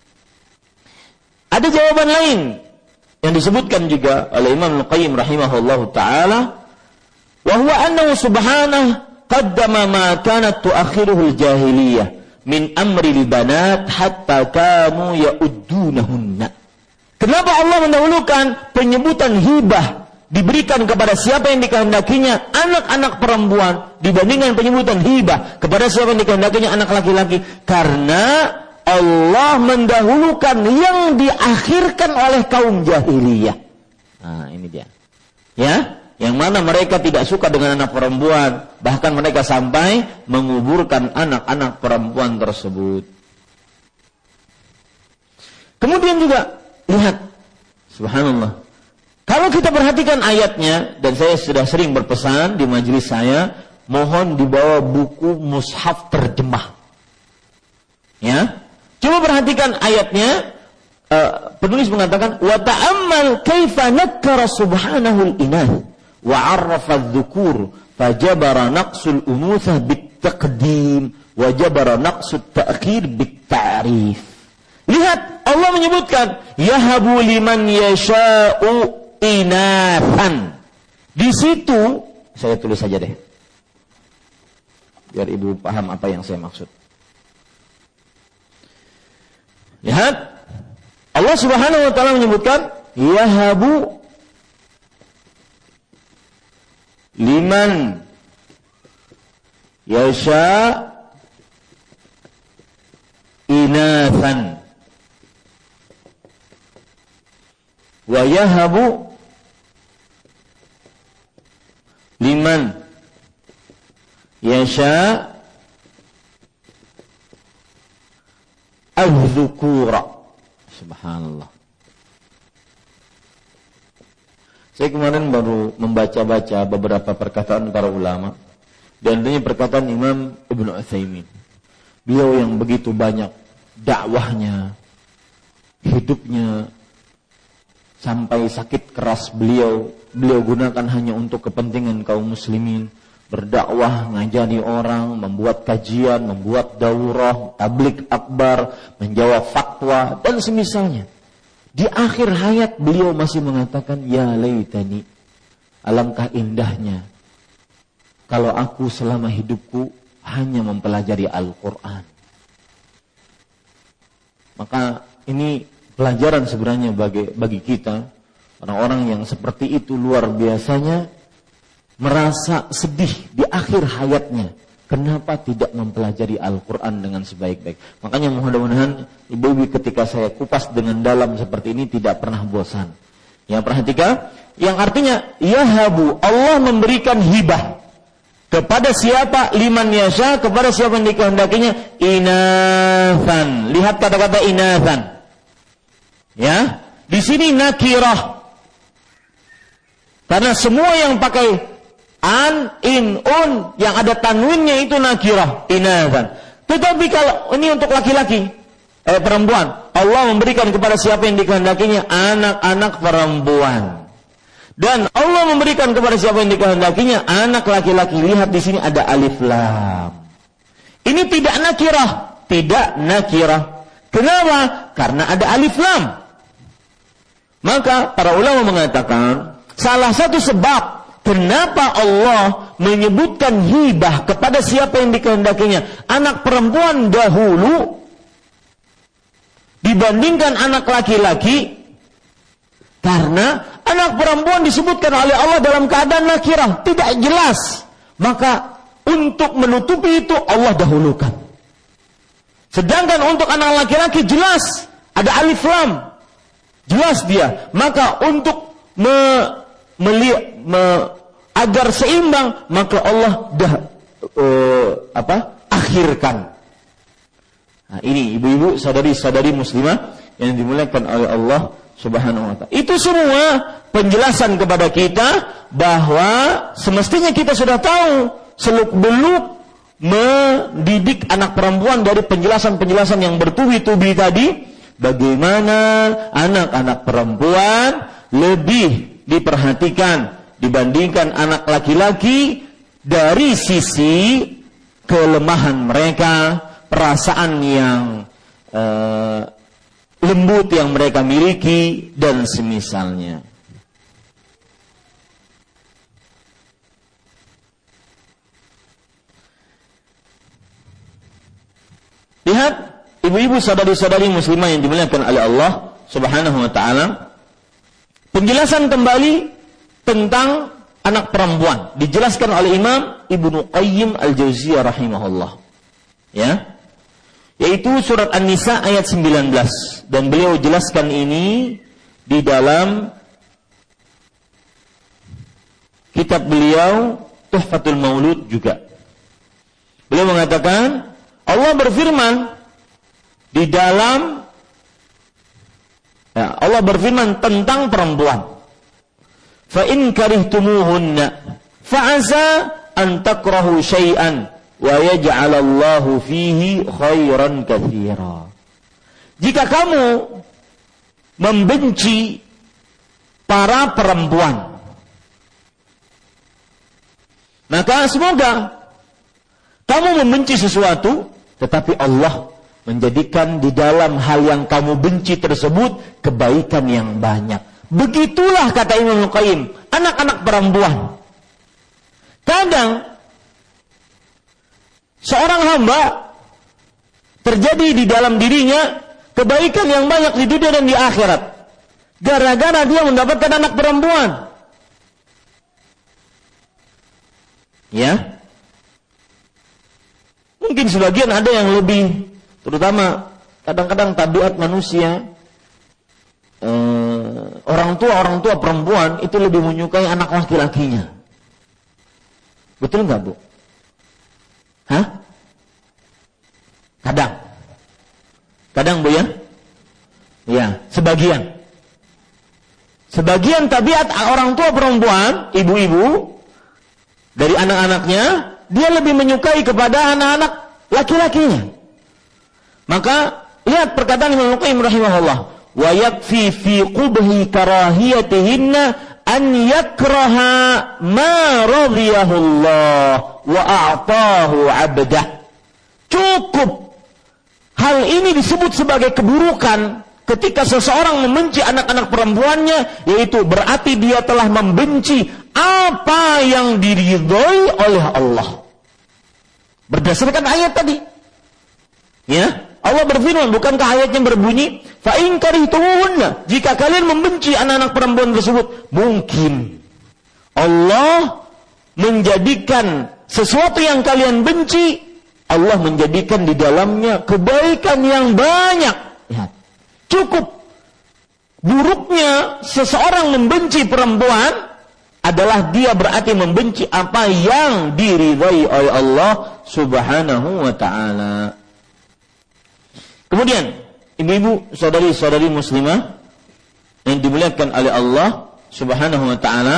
Ada jawaban lain yang disebutkan juga oleh Imam Al-Qayyim rahimahullahu taala, wa huwa annahu subhanahu qaddama ma kanat tuakhiruhu al-jahiliyah min amri al-banat hatta kanu ya'uddunahunna. Kenapa Allah mendahulukan penyebutan hibah diberikan kepada siapa yang dikehendakinya anak-anak perempuan dibandingkan penyebutan hibah kepada siapa yang dikehendakinya anak laki-laki? Karena Allah mendahulukan yang diakhirkan oleh kaum jahiliyah. Nah, ini dia. Ya, yang mana mereka tidak suka dengan anak perempuan, bahkan mereka sampai menguburkan anak-anak perempuan tersebut. Kemudian juga lihat, subhanallah. Kalau kita perhatikan ayatnya, dan saya sudah sering berpesan di majelis saya, mohon dibawa buku mushaf terjemah. Ya, coba perhatikan ayatnya. Uh, penulis mengatakan, wa ta'ammal kaifa nakkara subhanahu al-inath wa 'arrafa adh-dhukur fajabara naqsul unuthah bit-taqdim wa jabara naqsut ta'khir bit-ta'rif. Lihat, Allah menyebutkan yahabu liman yasha'u inathan. Di situ saya tulis saja deh, biar ibu paham apa yang saya maksud. Lihat, Allah Subhanahu wa taala menyebutkan yahabu liman yasha inathan wa yahabu liman yasha az-dzukura. Subhanallah. Saya kemarin baru membaca-baca beberapa perkataan para ulama, dan ini perkataan Imam Ibnu Utsaimin. Beliau yang begitu banyak dakwahnya, hidupnya sampai sakit keras beliau beliau gunakan hanya untuk kepentingan kaum muslimin, berdakwah, ngajari orang, membuat kajian, membuat daurah, tabligh akbar, menjawab fatwa dan semisalnya. Di akhir hayat beliau masih mengatakan, ya laitani, alangkah indahnya kalau aku selama hidupku hanya mempelajari Al-Quran. Maka ini pelajaran sebenarnya bagi, bagi kita, orang-orang yang seperti itu luar biasanya merasa sedih di akhir hayatnya. Kenapa tidak mempelajari Al-Quran dengan sebaik-baik? Makanya mudah-mudahan ibu-ibu ketika saya kupas dengan dalam seperti ini tidak pernah bosan. Ya, perhatikan, yang artinya yahabu, Allah memberikan hibah kepada siapa? Liman yasha, kepada siapa yang dikehendakinya, inathan. Lihat kata-kata inathan. Ya, di sini nakirah. Karena semua yang pakai an, in, un, yang ada tanwinnya itu nakirah, inathan. Tetapi kalau ini untuk laki-laki, eh, perempuan, Allah memberikan kepada siapa yang dikehendakinya anak-anak perempuan. Dan Allah memberikan kepada siapa yang dikehendakinya anak laki-laki. Lihat di sini ada alif lam. Ini tidak nakirah, tidak nakirah. Kenapa? Karena ada alif lam. Maka para ulama mengatakan salah satu sebab kenapa Allah menyebutkan hibah kepada siapa yang dikehendakinya anak perempuan dahulu dibandingkan anak laki-laki, karena anak perempuan disebutkan oleh Allah dalam keadaan nakirah, tidak jelas. Maka untuk menutupi itu Allah dahulukan. Sedangkan untuk anak laki-laki jelas, ada alif lam, jelas dia. Maka untuk me, meli, me, agar seimbang, maka Allah dah uh, apa? akhirkan. Nah, ini ibu-ibu, saudari-saudari muslimah yang dimuliakan oleh Allah Subhanahu wa ta'ala. Itu semua penjelasan kepada kita bahwa semestinya kita sudah tahu seluk-beluk mendidik anak perempuan dari penjelasan-penjelasan yang bertubi-tubi tadi, bagaimana anak-anak perempuan lebih diperhatikan dibandingkan anak laki-laki dari sisi kelemahan mereka, perasaan yang uh, lembut yang mereka miliki dan semisalnya. Lihat ibu-ibu saudari-saudari muslimah yang dimuliakan oleh Allah Subhanahu wa taala, penjelasan kembali tentang anak perempuan dijelaskan oleh Imam Ibnu Qayyim Al-Jauziyah rahimahullah. Ya. Yaitu surat An-Nisa ayat sembilan belas, dan beliau jelaskan ini di dalam kitab beliau Tuhfatul Maulud juga. Beliau mengatakan Allah berfirman di dalam ya, Allah berfirman tentang perempuan. Fa in karihtumuhunna fa'asa an takrahu syai'an wa yaj'alallahu fihi khairan katsira. Jika kamu membenci para perempuan, maka semoga kamu membenci sesuatu, tetapi Allah menjadikan di dalam hal yang kamu benci tersebut kebaikan yang banyak. Begitulah kata Imam Qayyim, anak-anak perempuan. Kadang seorang hamba terjadi di dalam dirinya kebaikan yang banyak di dunia dan di akhirat, gara-gara dia mendapatkan anak perempuan. Ya. Mungkin sebagian ada yang lebih, terutama kadang-kadang tabiat manusia, eh, orang tua orang tua perempuan itu lebih menyukai anak laki-lakinya. Betul nggak, Bu? Hah? Kadang, kadang Bu ya, ya sebagian, sebagian tabiat orang tua perempuan, ibu-ibu dari anak-anaknya, dia lebih menyukai kepada anak-anak laki-lakinya. Maka lihat perkataan Imam Qayyim rahimahullah, wa yakfi fi qubhi karahiyatihinna an yakraha ma radiyahu Allah wa a'tahu 'abdah. Cukup hal ini disebut sebagai keburukan ketika seseorang membenci anak-anak perempuannya, yaitu berarti dia telah membenci apa yang diridhoi oleh Allah. Berdasarkan ayat tadi. Ya, Allah berfirman, bukankah ayatnya berbunyi, fa in karihtumuhunna, jika kalian membenci anak-anak perempuan tersebut, mungkin Allah menjadikan sesuatu yang kalian benci, Allah menjadikan di dalamnya kebaikan yang banyak. Lihat, cukup buruknya seseorang membenci perempuan adalah dia berarti membenci apa yang diridhai oleh Allah Subhanahu wa ta'ala. Kemudian, ibu-ibu, saudari-saudari muslimah yang dimuliakan oleh Allah Subhanahu wa ta'ala,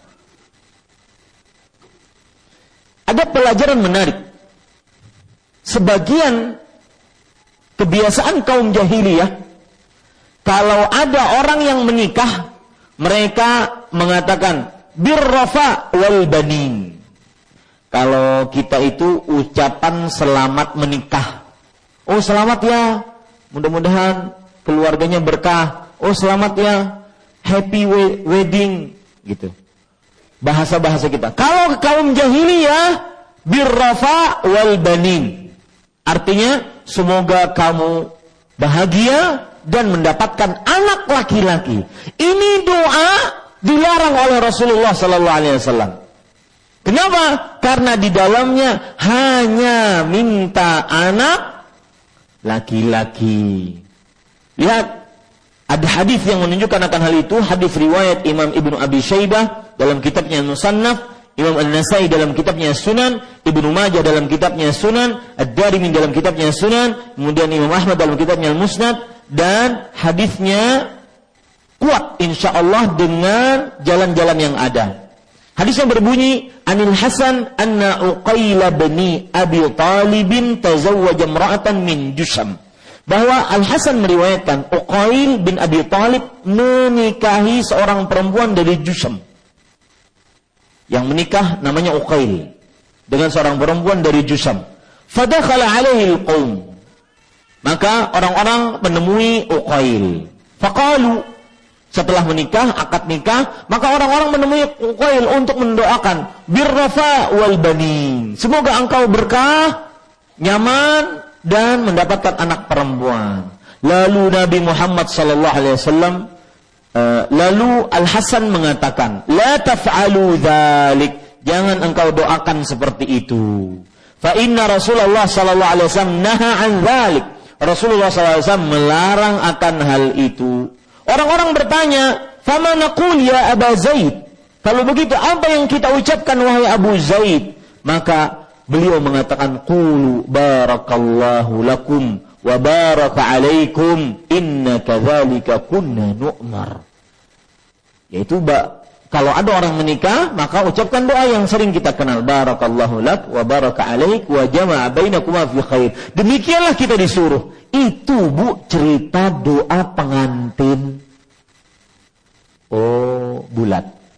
ada pelajaran menarik. Sebagian kebiasaan kaum jahiliyah, kalau ada orang yang menikah, mereka mengatakan birrafa wal banin. Kalau kita itu ucapan selamat menikah. Oh selamat ya, mudah-mudahan keluarganya berkah. Oh selamat ya, happy wedding, gitu. Bahasa-bahasa kita. Kalau kaum jahiliyah, birrafa wal banin. Artinya semoga kamu bahagia dan mendapatkan anak laki-laki. Ini doa dilarang oleh Rasulullah sallallahu alaihi wasallam. Kenapa? Karena di dalamnya hanya minta anak laki-laki. Lihat, ada hadis yang menunjukkan akan hal itu, hadis riwayat Imam Ibnu Abi Syaibah dalam kitabnya Musannaf, Imam An-Nasai dalam kitabnya Sunan, Ibnu Majah dalam kitabnya Sunan, Ad-Darimi dalam kitabnya Sunan, kemudian Imam Ahmad dalam kitabnya Al-Musnad, dan hadisnya kuat insyaallah dengan jalan-jalan yang ada. Hadis yang berbunyi, Anil Hasan anna Uqail bin Abi Talib tazawwaja imra'atan min Jusham bahwa Al-Hasan meriwayatkan Uqail bin Abi Thalib menikahi seorang perempuan dari Jusam. Yang menikah namanya Uqail dengan seorang perempuan dari Jusam. Fadakhala alaihi al-qaum. Maka orang-orang menemui Uqail. Faqalu, setelah menikah, akad nikah, maka orang-orang menemui Uqail untuk mendoakan birrafa wal banin. Semoga engkau berkah, nyaman dan mendapatkan anak perempuan. Lalu Nabi Muhammad sallallahu alaihi wasallam uh, lalu Al-Hasan mengatakan, "La taf'alu dzalik." Jangan engkau doakan seperti itu. Fa inna Rasulullah sallallahu alaihi wasallam naha an dzalik. Rasulullah sallallahu alaihi wasallam melarang akan hal itu. Orang-orang bertanya, "Fama naqul ya Aba Zaid?" Kalau begitu, apa yang kita ucapkan wahai Abu Zaid? Maka beliau mengatakan, "Qulu barakallahu lakum wa baraka alaikum inna kadzalika kunna nu'mar." Yaitu kalau ada orang menikah, maka ucapkan doa yang sering kita kenal, barakallahu lak wa baraka alaik wa jama'a bainakuma fi khair. Demikianlah kita disuruh. Itu Bu cerita doa pengantin. Oh, bulat.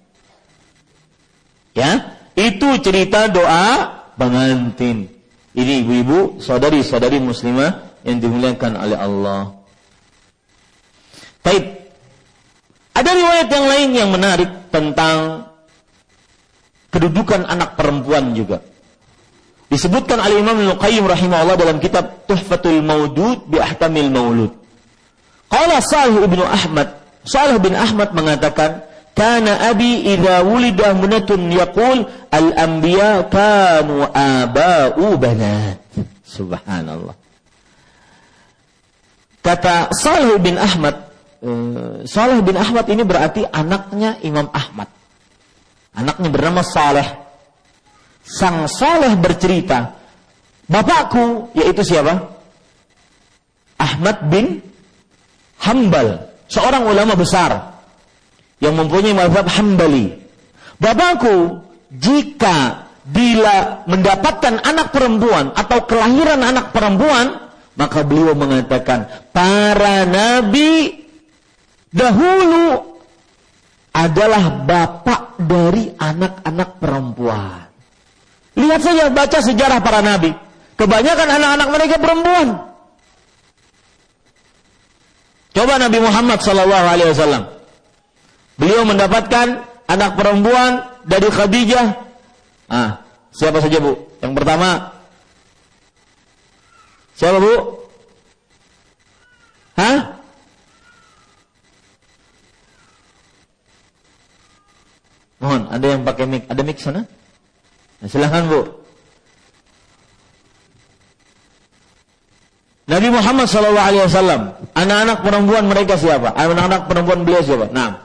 Ya, itu cerita doa pengantin. Ini ibu-ibu, saudari-saudari muslimah yang dimuliakan oleh Allah. Baik. Ada riwayat yang lain yang menarik tentang kedudukan anak perempuan juga. Disebutkan oleh Imam Al-Qayyim rahimahullah dalam kitab Tuhfatul Maudud bi Ahkamil Maulud. Qala Salih bin Ahmad, Salih bin Ahmad mengatakan, "Kana abi idza wulida munatun yaqul al-anbiya kanu aba'u banat." Subhanallah. Kata Salih bin Ahmad, uh, Salih bin Ahmad ini berarti anaknya Imam Ahmad. Anaknya bernama Saleh. Sang Saleh bercerita, bapakku, yaitu siapa? Ahmad bin Hambal, seorang ulama besar yang mempunyai mazhab Hambali. Bapakku, jika bila mendapatkan anak perempuan atau kelahiran anak perempuan, maka beliau mengatakan, para nabi dahulu adalah bapak dari anak-anak perempuan. Lihat saja, baca sejarah para nabi. Kebanyakan anak-anak mereka perempuan. Coba Nabi Muhammad sallallahu alaihi wasallam. Beliau mendapatkan anak perempuan dari Khadijah. Ah, siapa saja Bu? Yang pertama, siapa Bu? Hah? Mohon, ada yang pakai mic? Ada mic sana? Nah, silahkan Bu. Nabi Muhammad sallallahu alaihi wasallam, anak-anak perempuan mereka siapa? Anak-anak perempuan beliau siapa? Nah.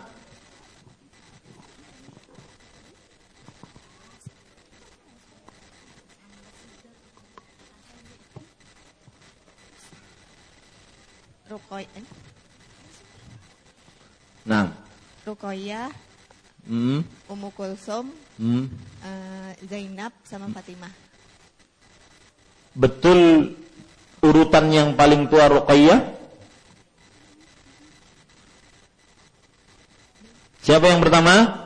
Ruqayyah. Nah. Ruqayyah. Hmm. Ummu Kulsum. Hmm. Uh, Zainab sama Fatimah. Betul urutan yang paling tua Ruqayyah? Siapa yang pertama?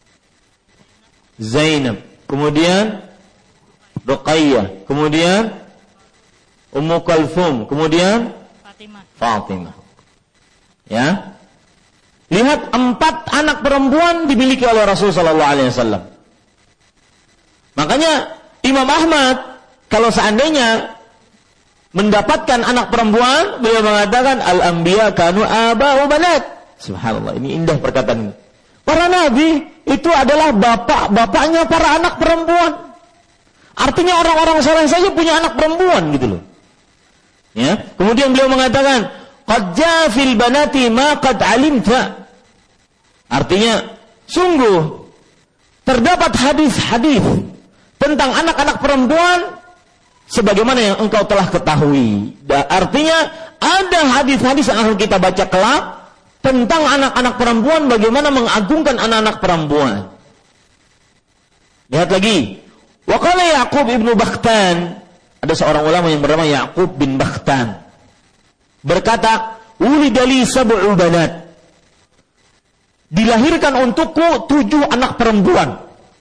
Zainab. Kemudian Ruqayyah. Kemudian Ummu Kulsum. Kemudian Fatimah. Fatimah. Ya. Lihat, empat anak perempuan dimiliki oleh Rasul sallallahu alaihi wasallam. Makanya Imam Ahmad kalau seandainya mendapatkan anak perempuan, beliau mengatakan al-anbiya kanu aba'u banat. Subhanallah, ini indah perkataan ini. Para nabi itu adalah bapak-bapaknya para anak perempuan. Artinya orang-orang saleh saja punya anak perempuan gitu loh. Ya, kemudian beliau mengatakan qad jaa fil banati ma qad alimta. Artinya sungguh terdapat hadis-hadis tentang anak-anak perempuan sebagaimana yang engkau telah ketahui. Artinya ada hadis-hadis yang akan kita baca kelak tentang anak-anak perempuan, bagaimana mengagungkan anak-anak perempuan. Lihat lagi. Wa qala Yaqub ibnu Bakhtan, ada seorang ulama yang bernama Yaqub bin Bakhtan. berkata, "Ulidali sab'u banat." Dilahirkan untukku tujuh anak perempuan.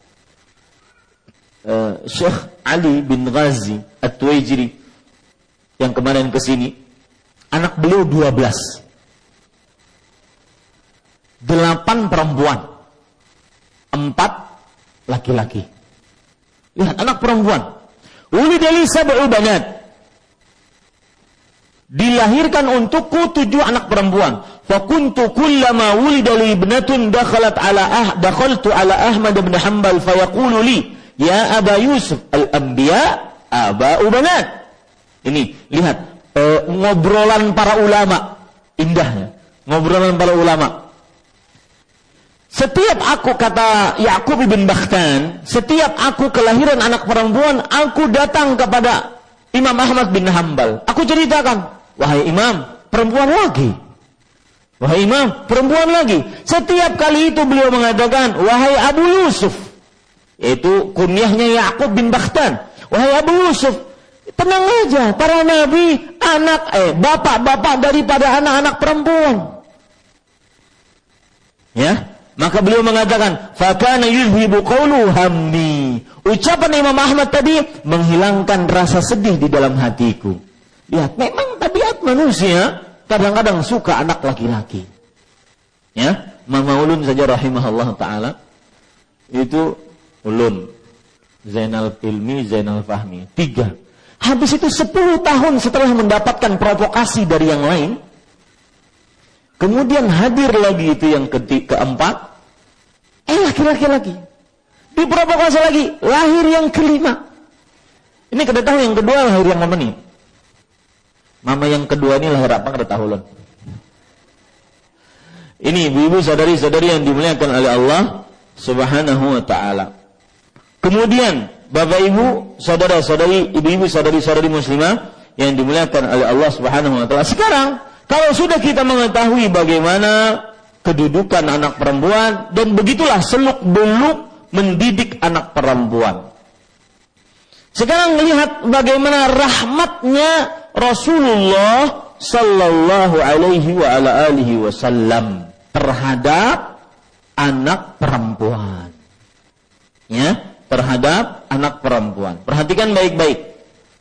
Uh, Syekh Ali bin Ghazi At-Tuwaijiri yang kemarin kesini, anak beliau dua belas. Delapan perempuan, empat laki-laki. Lihat, anak perempuan. Ulidali sab'u banat. Dilahirkan untukku tujuh anak perempuan. Fakuntu kullama wulidali ibnatun dakhalat ala ah dakhaltu ala Ahmad bin Hanbal fayaqulu li, ya Aba Yusuf, al-anbiya aba'u banat. Ini, lihat, eh, ngobrolan para ulama. Indahnya, ngobrolan para ulama. Setiap aku, kata Ya'qub ibn Bakhtan, setiap aku kelahiran anak perempuan, aku datang kepada Imam Ahmad bin Hanbal. Aku ceritakan, wahai Imam, perempuan lagi. Wahai Imam, perempuan lagi. Setiap kali itu beliau mengatakan, wahai Abu Yusuf, yaitu kunyahnya Ya'qub bin Bakhtan. Wahai Abu Yusuf, tenang aja, para nabi, anak, eh, bapak-bapak daripada anak-anak perempuan. Ya. Maka beliau mengatakan, fakana yuzhibu qawlu hammi. Ucapan Imam Ahmad tadi menghilangkan rasa sedih di dalam hatiku. Lihat, memang tabiat manusia kadang-kadang suka anak laki-laki. Ya, Mama Ulun saja rahimahullah taala itu Ulun, Zainal Filmi, Zainal Fahmi, tiga. Habis itu sepuluh tahun setelah mendapatkan provokasi dari yang lain, kemudian hadir lagi itu yang ketiga, keempat, eh laki-laki lagi, diprovokasi lagi, lahir yang kelima. Ini kedatangan yang kedua, lahir yang mana nih? Mama yang kedua ini lahir apa? Kada tahu. Ini ibu-ibu saudari-saudari yang dimuliakan oleh Allah Subhanahu wa taala. Kemudian Bapak Ibu, saudara-saudari, ibu-ibu saudari-saudari muslimah yang dimuliakan oleh Allah Subhanahu wa taala. Sekarang kalau sudah kita mengetahui bagaimana kedudukan anak perempuan, dan begitulah seluk-beluk mendidik anak perempuan. Sekarang melihat bagaimana rahmatnya Rasulullah sallallahu alaihi wa ala alihi wasallam terhadap anak perempuan. Ya, terhadap anak perempuan. Perhatikan baik-baik.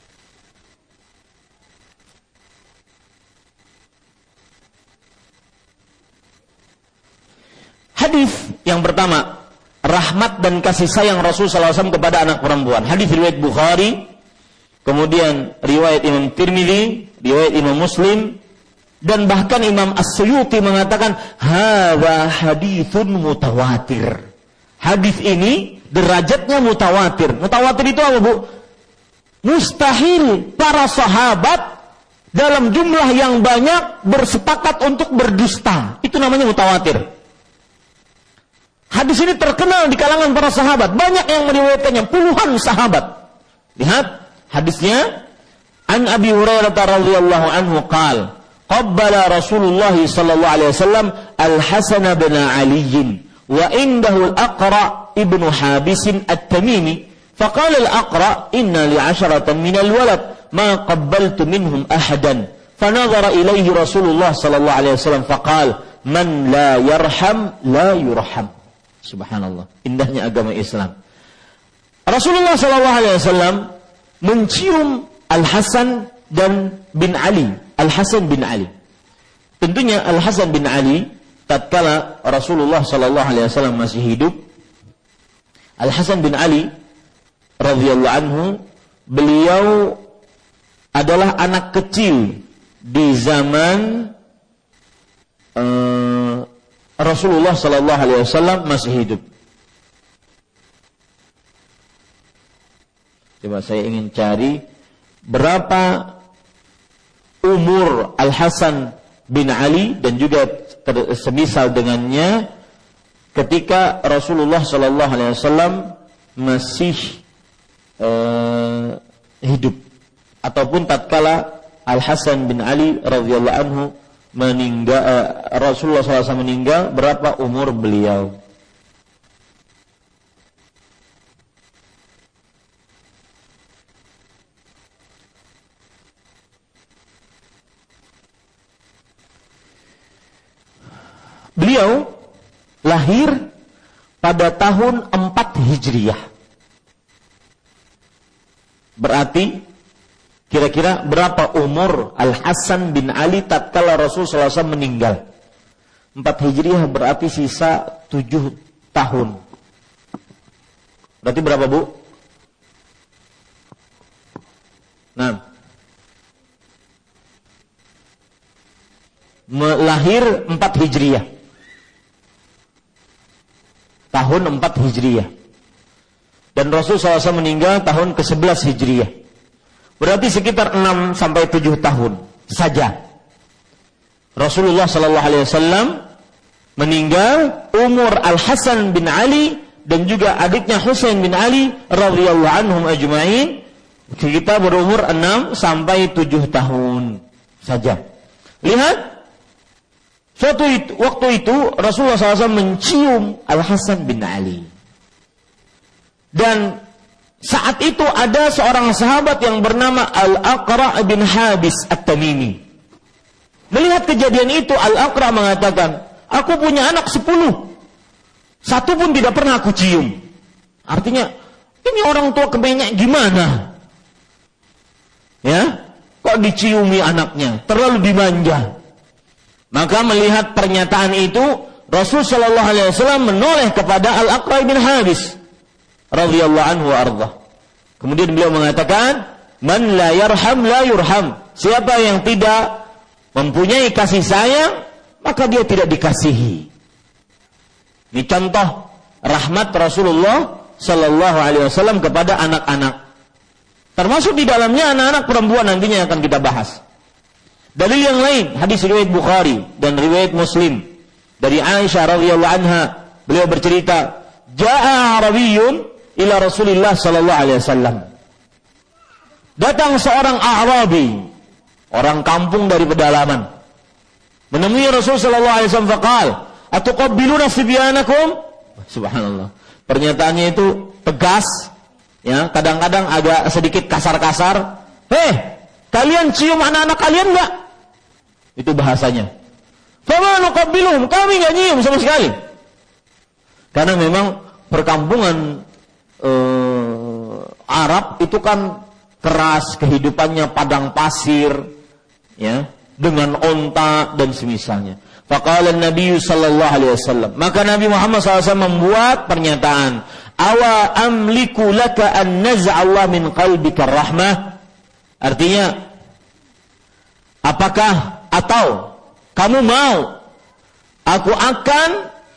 Hadis yang pertama, rahmat dan kasih sayang Rasul sallallahu alaihi wasallam kepada anak perempuan. Hadis riwayat Bukhari, kemudian riwayat Imam Tirmidzi, riwayat Imam Muslim, dan bahkan Imam As-Suyuti mengatakan hadza haditsun mutawatir. Hadis ini derajatnya mutawatir. Mutawatir itu apa, Bu? Mustahil para sahabat dalam jumlah yang banyak bersepakat untuk berdusta. Itu namanya mutawatir. Hadis ini terkenal di kalangan para sahabat. Banyak yang meriwayatkannya, puluhan sahabat. Lihat hadisnya. An Abi Hurairah radhiyallahu anhu qala, qabbala Rasulullah sallallahu alaihi wasallam Al-Hasan bin Ali wa indahu Al-Aqra ibnu Habis At-Tamimi. Faqala Al-Aqra, inna li 'asharatan min al-walad ma qabbaltu minhum ahadan. Fanadhara ilayhi Rasulullah sallallahu alaihi wasallam faqala, man la yarham la yurham. Subhanallah, indahnya agama Islam. Rasulullah sallallahu alaihi wasallam mencium Al-Hasan dan bin Ali. Al-Hasan bin Ali. Tentunya Al-Hasan bin Ali tatkala Rasulullah sallallahu alaihi wasallam masih hidup, Al-Hasan bin Ali radhiyallahu anhu, beliau adalah anak kecil di zaman uh, Rasulullah sallallahu alaihi wasallam masih hidup. Coba saya ingin cari berapa umur Al-Hasan bin Ali dan juga semisal dengannya ketika Rasulullah sallallahu alaihi wasallam masih uh, hidup, ataupun tatkala Al-Hasan bin Ali radhiyallahu anhu meninggal, uh, Rasulullah sallallahu alaihi wasallam meninggal, berapa umur beliau? beliau lahir pada tahun empat Hijriyah. Berarti kira-kira berapa umur Al-Hasan bin Ali tatkala Rasul sallallahu alaihi wasallam meninggal? empat Hijriyah berarti sisa tujuh tahun. Berarti berapa, Bu? Nah, lahir empat Hijriyah. Tahun empat Hijriyah. Dan Rasul sallallahu alaihi wasallam meninggal tahun ke sebelas Hijriyah. Berarti sekitar enam sampai tujuh tahun saja. Rasulullah sallallahu alaihi wasallam meninggal, umur Al-Hasan bin Ali dan juga adiknya Husain bin Ali radhiyallahu anhum ajma'in kita berumur enam sampai tujuh tahun saja. Lihat, suatu itu, waktu itu Rasulullah sallallahu alaihi wasallam mencium Al-Hasan bin Ali. Dan saat itu ada seorang sahabat yang bernama Al-Aqra' bin Habis At-Tamimi. Melihat kejadian itu, Al-Aqra' mengatakan, aku punya anak sepuluh. Satu pun tidak pernah aku cium. Artinya, ini orang tua kemenyek gimana? Ya, kok diciumi anaknya? Terlalu dimanja. Maka melihat pernyataan itu, Rasul sallallahu alaihi wasallam menoleh kepada Al-Aqra' bin Habis radhiyallahu anhu wa ardah. Kemudian beliau mengatakan, man la yarham la yurham. Siapa yang tidak mempunyai kasih sayang, maka dia tidak dikasihi. Ini contoh rahmat Rasulullah sallallahu alaihi wasallam kepada anak-anak. Termasuk di dalamnya anak-anak perempuan nantinya akan kita bahas. Dalil yang lain, hadis riwayat Bukhari dan riwayat Muslim dari Aisyah radhiyallahu anha, beliau bercerita, Ja'a Arabiyyun ila Rasulillah sallallahu alaihi wasallam. Datang seorang Arabi, orang kampung dari pedalaman, menemui Rasul sallallahu alaihi wasallam, faqal, "Atuqabbiluna sibyanakum?" Subhanallah. Pernyataannya itu tegas, ya, kadang-kadang agak sedikit kasar-kasar. "Hei, kalian cium anak-anak kalian enggak?" Itu bahasanya. "Fama nuqabbiluhum?" Kami enggak nyium sama sekali. Karena memang perkampungan eh, Arab itu kan keras, kehidupannya padang pasir, ya, dengan onta dan semisalnya. Faqala an-nabiy sallallahu alaihi wasallam, maka Nabi Muhammad sallallahu alaihi wasallam membuat pernyataan, awa amliku laka an naz'allahu min qalbika rahmah. Artinya, apakah atau kamu mau aku akan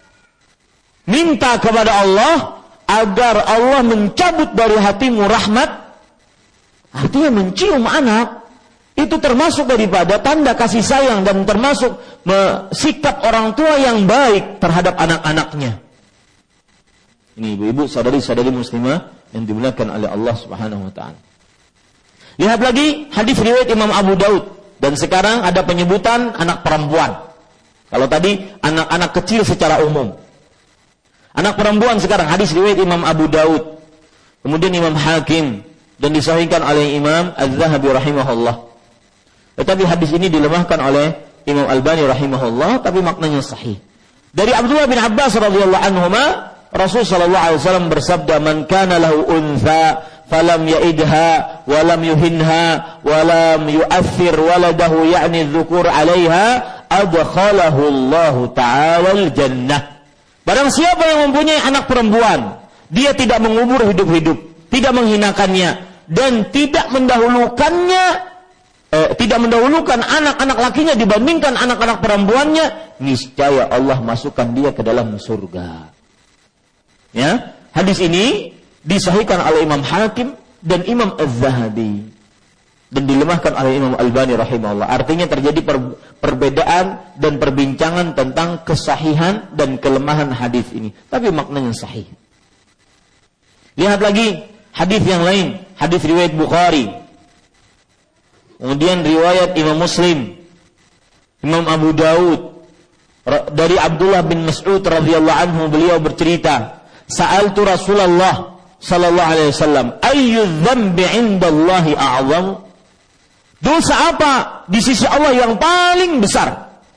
minta kepada Allah agar Allah mencabut dari hatimu rahmat? Artinya mencium anak itu termasuk daripada tanda kasih sayang dan termasuk sikap orang tua yang baik terhadap anak-anaknya. Ini ibu-ibu, saudari-saudari muslimah yang dimuliakan oleh Allah Subhanahu wa taala. Lihat lagi hadis riwayat Imam Abu Daud, dan sekarang ada penyebutan anak perempuan. Kalau tadi anak-anak kecil secara umum. Anak perempuan sekarang hadis riwayat Imam Abu Daud, kemudian Imam Hakim, dan disahihkan oleh Imam Az-Zahabi rahimahullah. Tetapi hadis ini dilemahkan oleh Imam Albani rahimahullah, tapi maknanya sahih. Dari Abdullah bin Abbas radhiyallahu anhuma, Rasul sallallahu alaihi wasallam bersabda, "Man kana lahu untha falam ya'idha wa lam yuhinha wa lam yu'athir waladahu ya'ni adh-dhukur 'alayha adkhalahu Allah ta'ala al-jannah." Barang siapa yang mempunyai anak perempuan, dia tidak mengubur hidup-hidup, tidak menghinakannya, dan tidak mendahulukannya Eh, tidak mendahulukan anak-anak lakinya dibandingkan anak-anak perempuannya, niscaya Allah masukkan dia ke dalam surga. Ya, hadis ini disahihkan oleh Imam Hakim dan Imam Az-Zahabi, dan dilemahkan oleh Imam Albani rahimahullah. Artinya terjadi per, perbedaan dan perbincangan tentang kesahihan dan kelemahan hadis ini, tapi maknanya sahih. Lihat lagi hadis yang lain, hadis riwayat Bukhari, kemudian riwayat Imam Muslim, Imam Abu Daud, dari Abdullah bin Mas'ud radhiyallahu anhu, beliau bercerita, "Sa'altu Rasulullah sallallahu alaihi wasallam, ayyu dzambi 'indallahi a'zam?" Dosa apa di sisi Allah yang paling besar?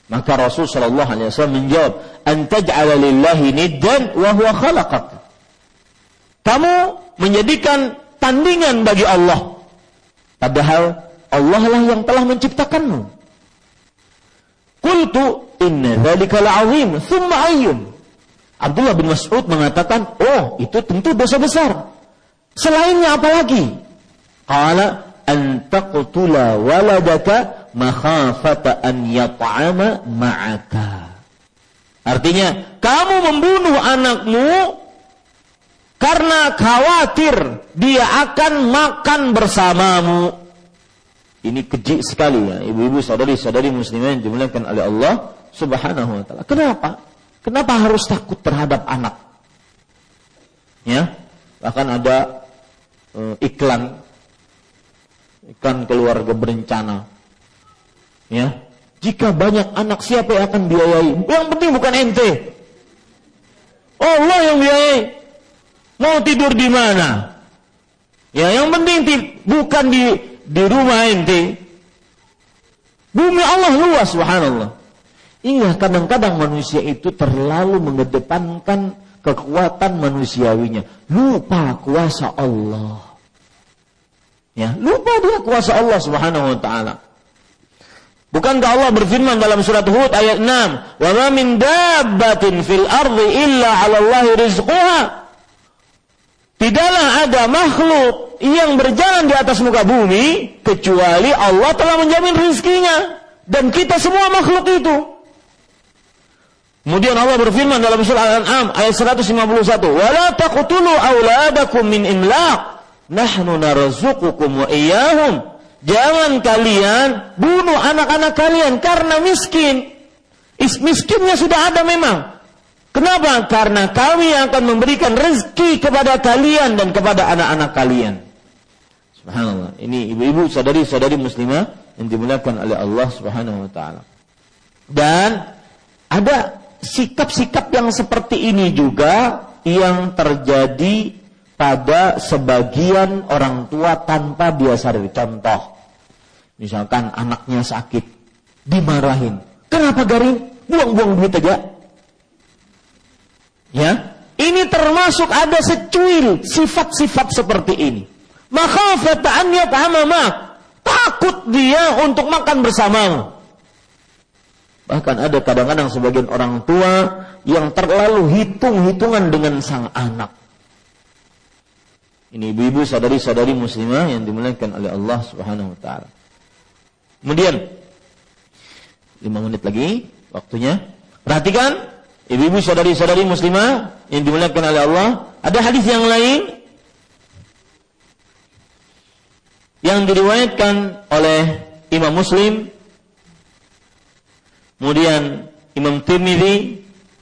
Maka Rasul sallallahu alaihi wasallam menjawab, "Antaj'ala lillahi niddan wa huwa khalaqak." Kamu menjadikan tandingan bagi Allah, padahal Allah lah yang telah menciptakanmu. Qultu inna dzalika la'azim, thumma ayyun. Abdullah bin Mas'ud mengatakan, oh itu tentu dosa besar. Selainnya apa lagi? Qala an taqtula waladaka makhafata an yat'ama ma'aka. Artinya, kamu membunuh anakmu karena khawatir dia akan makan bersamamu. Ini keji sekali ya, ibu-ibu, saudari-saudari muslimah yang dimuliakan oleh Allah Subhanahu wa taala. Kenapa? Kenapa harus takut terhadap anak? Ya, bahkan ada uh, iklan iklan keluarga berencana. Ya, jika banyak anak siapa yang akan biayai? Yang penting bukan ente. Allah yang biayai. Mau tidur di mana? Ya, yang penting ti- bukan di di rumah ente. Bumi Allah luas, subhanallah. Iya, kadang-kadang manusia itu terlalu mengedepankan kekuatan manusiawinya, lupa kuasa Allah. Ya, lupa dia kuasa Allah Subhanahu wa taala. Bukankah Allah berfirman dalam surat Hud ayat enam, "Wa ma min dabbatin fil ardi illa 'ala Allahi rizquha." Tidaklah ada makhluk yang berjalan di atas muka bumi kecuali Allah telah menjamin rizkinya, dan kita semua makhluk itu. Kemudian Allah berfirman dalam surah Al-An'am ayat seratus lima puluh satu, "Wa la taqtulu auladakum min imlaq, nahnu narzuqukum wa iyyahum." Jangan kalian bunuh anak-anak kalian karena miskin. Is miskinnya sudah ada memang. Kenapa? Karena kami akan memberikan rezeki kepada kalian dan kepada anak-anak kalian. Subhanallah. Ini ibu-ibu, saudari-saudari muslimah yang dimuliakan oleh Allah Subhanahu wa taala. Dan ada sikap-sikap yang seperti ini juga yang terjadi pada sebagian orang tua tanpa dia sadari. Contoh, misalkan anaknya sakit, dimarahin. Kenapa Garing? Buang-buang duit aja. Ya, ini termasuk ada secuil sifat-sifat seperti ini. Makhafata an yat'ama ma, takut dia untuk makan bersamamu. Bahkan ada kadang-kadang sebagian orang tua yang terlalu hitung-hitungan dengan sang anak. Ini ibu-ibu, saudari-saudari muslimah yang dimuliakan oleh Allah Subhanahu wa taala. Kemudian lima menit lagi waktunya. Perhatikan ibu-ibu, saudari-saudari muslimah yang dimuliakan oleh Allah, ada hadis yang lain yang diriwayatkan oleh Imam Muslim, kemudian Imam Tirmidzi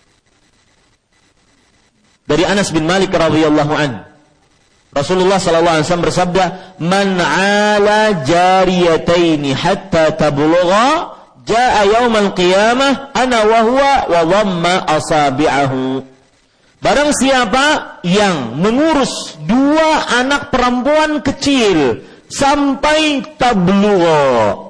dari Anas bin Malik radhiyallahu anhu. Rasulullah sallallahu alaihi wasallam bersabda, "Man 'ala jariyataini hatta tablugha jaa yaumal qiyamah ana wa huwa wa dhamma asabi'ahu." Barang siapa yang mengurus dua anak perempuan kecil sampai tablugha.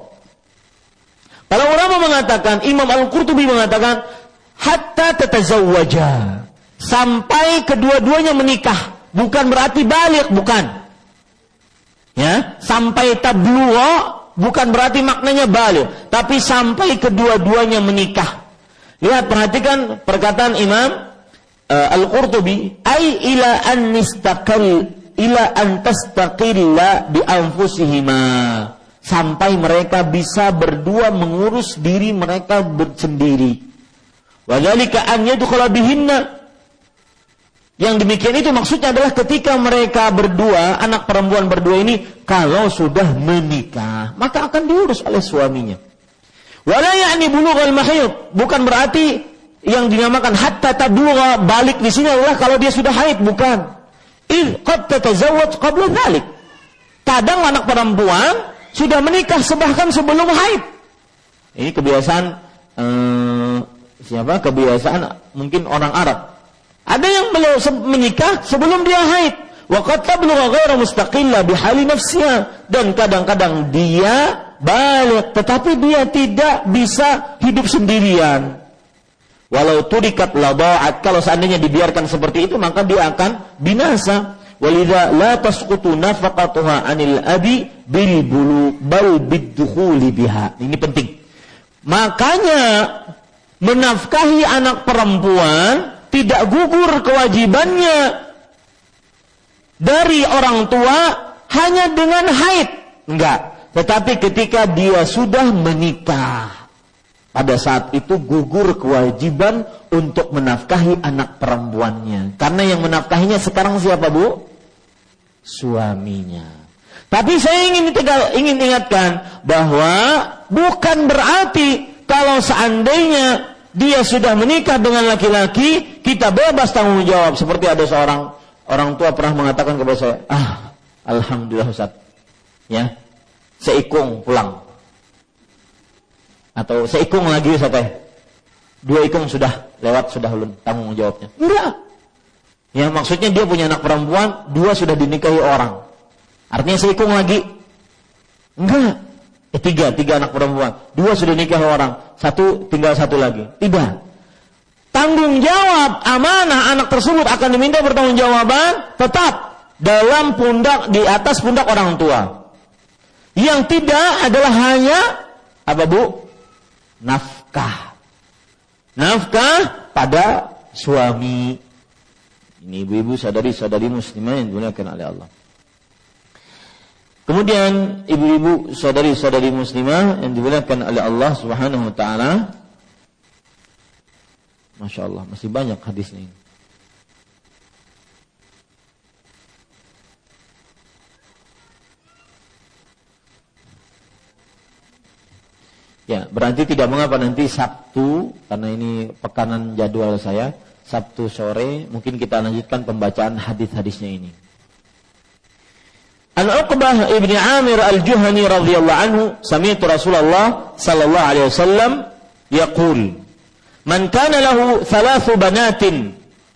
Para ulama mengatakan, Imam Al-Qurtubi mengatakan, hatta tatazawwaja, sampai kedua-duanya menikah. Bukan berarti balik, bukan. Ya, sampai tablugha bukan berarti maknanya balik, tapi sampai kedua-duanya menikah. Lihat, perhatikan perkataan Imam uh, Al-Qurtubi, ai ila an nistaqil ila an tastaqilla bi anfusihima, sampai mereka bisa berdua mengurus diri mereka sendiri. Wa dzalika an yadkhula bihinna. Yang demikian itu maksudnya adalah ketika mereka berdua, anak perempuan berdua ini kalau sudah menikah, maka akan diurus oleh suaminya. Wala ya'ni bulughal mahid, bukan berarti yang dinamakan hatta tablugha balik di sini adalah kalau dia sudah haid, bukan. Id qad tatazawwaj qabla dzalik. Kadang anak perempuan sudah menikah bahkan sebelum haid. Ini kebiasaan eh, siapa? Kebiasaan mungkin orang Arab. Ada yang menikah sebelum dia haid. Wa qad tablugha ghairu mustaqilla bihali nafsiha, dan kadang-kadang dia baligh, tetapi dia tidak bisa hidup sendirian. Walau turikat la dha'at, kalau seandainya dibiarkan seperti itu maka dia akan binasa. Walidha la tasqutu nafaqatuha 'anil abi bil bulu bal biddukhuli biha. Ini penting. Makanya menafkahi anak perempuan tidak gugur kewajibannya dari orang tua hanya dengan haid. Enggak. Tetapi ketika dia sudah menikah, pada saat itu gugur kewajiban untuk menafkahi anak perempuannya. Karena yang menafkahinya sekarang siapa, Bu? Suaminya. Tapi saya ingin ingin ingatkan bahwa bukan berarti kalau seandainya dia sudah menikah dengan laki-laki, kita bebas tanggung jawab. Seperti ada seorang orang tua pernah mengatakan kepada saya, ah, alhamdulillah Ustaz, ya, seikung pulang. Atau seikung lagi Ustaz, eh. dua ikung sudah lewat, sudah ulun tanggung jawabnya. Enggak. Yang maksudnya dia punya anak perempuan, dua sudah dinikahi orang. Artinya seikung lagi. Enggak. Eh, tiga, tiga anak perempuan. Dua sudah nikahi orang. Satu, tinggal satu lagi. Tidak. Tanggung jawab amanah anak tersebut akan diminta pertanggungjawaban tetap dalam pundak, di atas pundak orang tua. Yang tidak adalah hanya apa, Bu? Nafkah. Nafkah pada suami. Ini ibu-ibu, saudari-saudari muslimah yang dimuliakan oleh Allah. Kemudian ibu-ibu, saudari-saudari muslimah yang dimuliakan oleh Allah Subhanahu wa taala. Masya Allah, masih banyak hadisnya ini. Ya, berarti tidak mengapa nanti Sabtu, karena ini pekanan jadwal saya, Sabtu sore mungkin kita lanjutkan pembacaan hadis-hadisnya ini. An Uqbah ibni Amir al-Juhani radhiyallahu anhu, sami'tu Rasulullah sallallahu alaihi wasallam yaqul, man kana lahu thalathu banatin.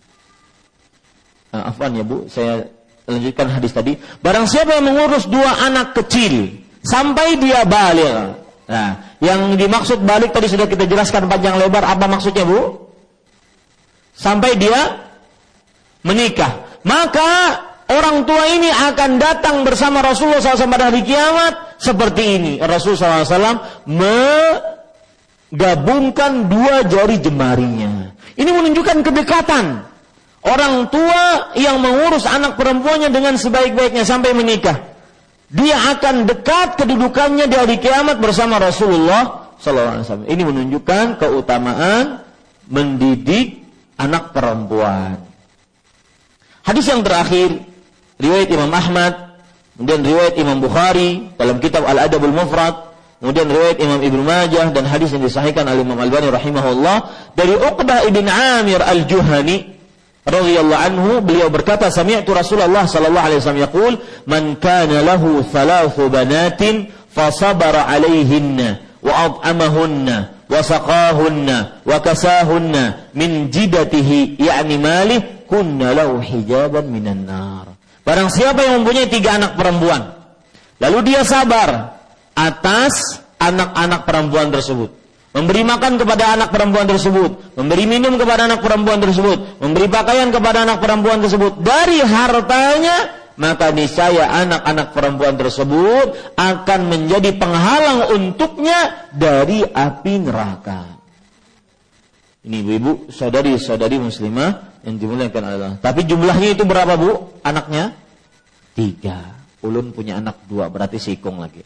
Ah, afwan ya Bu, saya lanjutkan hadis tadi. Barang siapa yang mengurus dua anak kecil sampai dia baligh. Nah, yang dimaksud balik tadi sudah kita jelaskan panjang lebar. Apa maksudnya, Bu? Sampai dia menikah. Maka orang tua ini akan datang bersama Rasulullah shallallahu alaihi wasallam pada hari kiamat seperti ini. Rasulullah shallallahu alaihi wasallam menggabungkan dua jari jemarinya. Ini menunjukkan kedekatan orang tua yang mengurus anak perempuannya dengan sebaik-baiknya sampai menikah. Dia akan dekat kedudukannya di hari kiamat bersama Rasulullah shallallahu alaihi wasallam. Ini menunjukkan keutamaan mendidik anak perempuan. Hadis yang terakhir, riwayat Imam Ahmad, kemudian riwayat Imam Bukhari dalam kitab Al-Adabul Mufrad, kemudian riwayat Imam Ibnu Majah dan hadis yang disahihkan oleh Imam Albani rahimahullah dari Uqbah ibn Amir al-Juhani radhiyallahu anhu, beliau berkata, sami'tu Rasulullah sallallahu alaihi wasallam yaqul, man kana lahu thalathu banatin fasabara alaihinna wa at'amahunna wa saqahunna wa kasahunna min jidatihi ya'ni malih kunna lahu hijaban minan nar. Barang siapa yang mempunyai tiga anak perempuan lalu dia sabar atas anak-anak perempuan tersebut, memberi makan kepada anak perempuan tersebut, memberi minum kepada anak perempuan tersebut, memberi pakaian kepada anak perempuan tersebut dari hartanya, maka niscaya anak-anak perempuan tersebut akan menjadi penghalang untuknya dari api neraka. Ini ibu-ibu, saudari-saudari muslimah yang dimuliakan Allah. Tapi jumlahnya itu berapa, Bu? Anaknya? Tiga. Ulun punya anak dua, berarti sikung lagi.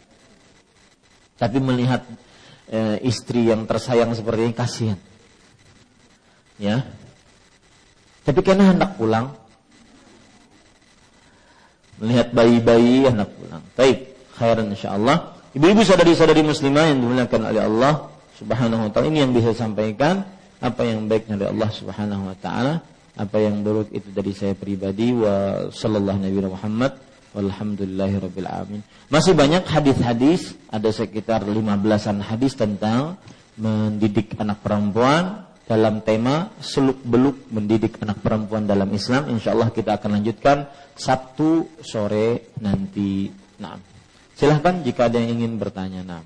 Tapi melihat e, istri yang tersayang seperti ini, kasihan. Ya. Tapi karena hendak pulang, melihat bayi-bayi hendak pulang. Baik, khairan insyaallah. Ibu-ibu, saudari-saudari muslimah yang dimuliakan oleh Allah Subhanahu wa taala, ini yang bisa sampaikan. Apa yang baiknya dari Allah Subhanahu wa taala, apa yang buruk itu dari saya pribadi. Wa sallallahu nabi Muhammad walhamdulillahirabbil alamin. Masih banyak hadis-hadis, ada sekitar lima belasan hadis tentang mendidik anak perempuan dalam tema seluk-beluk mendidik anak perempuan dalam Islam. Insyaallah kita akan lanjutkan Sabtu sore nanti. Nah, Silahkan jika ada yang ingin bertanya. Nah.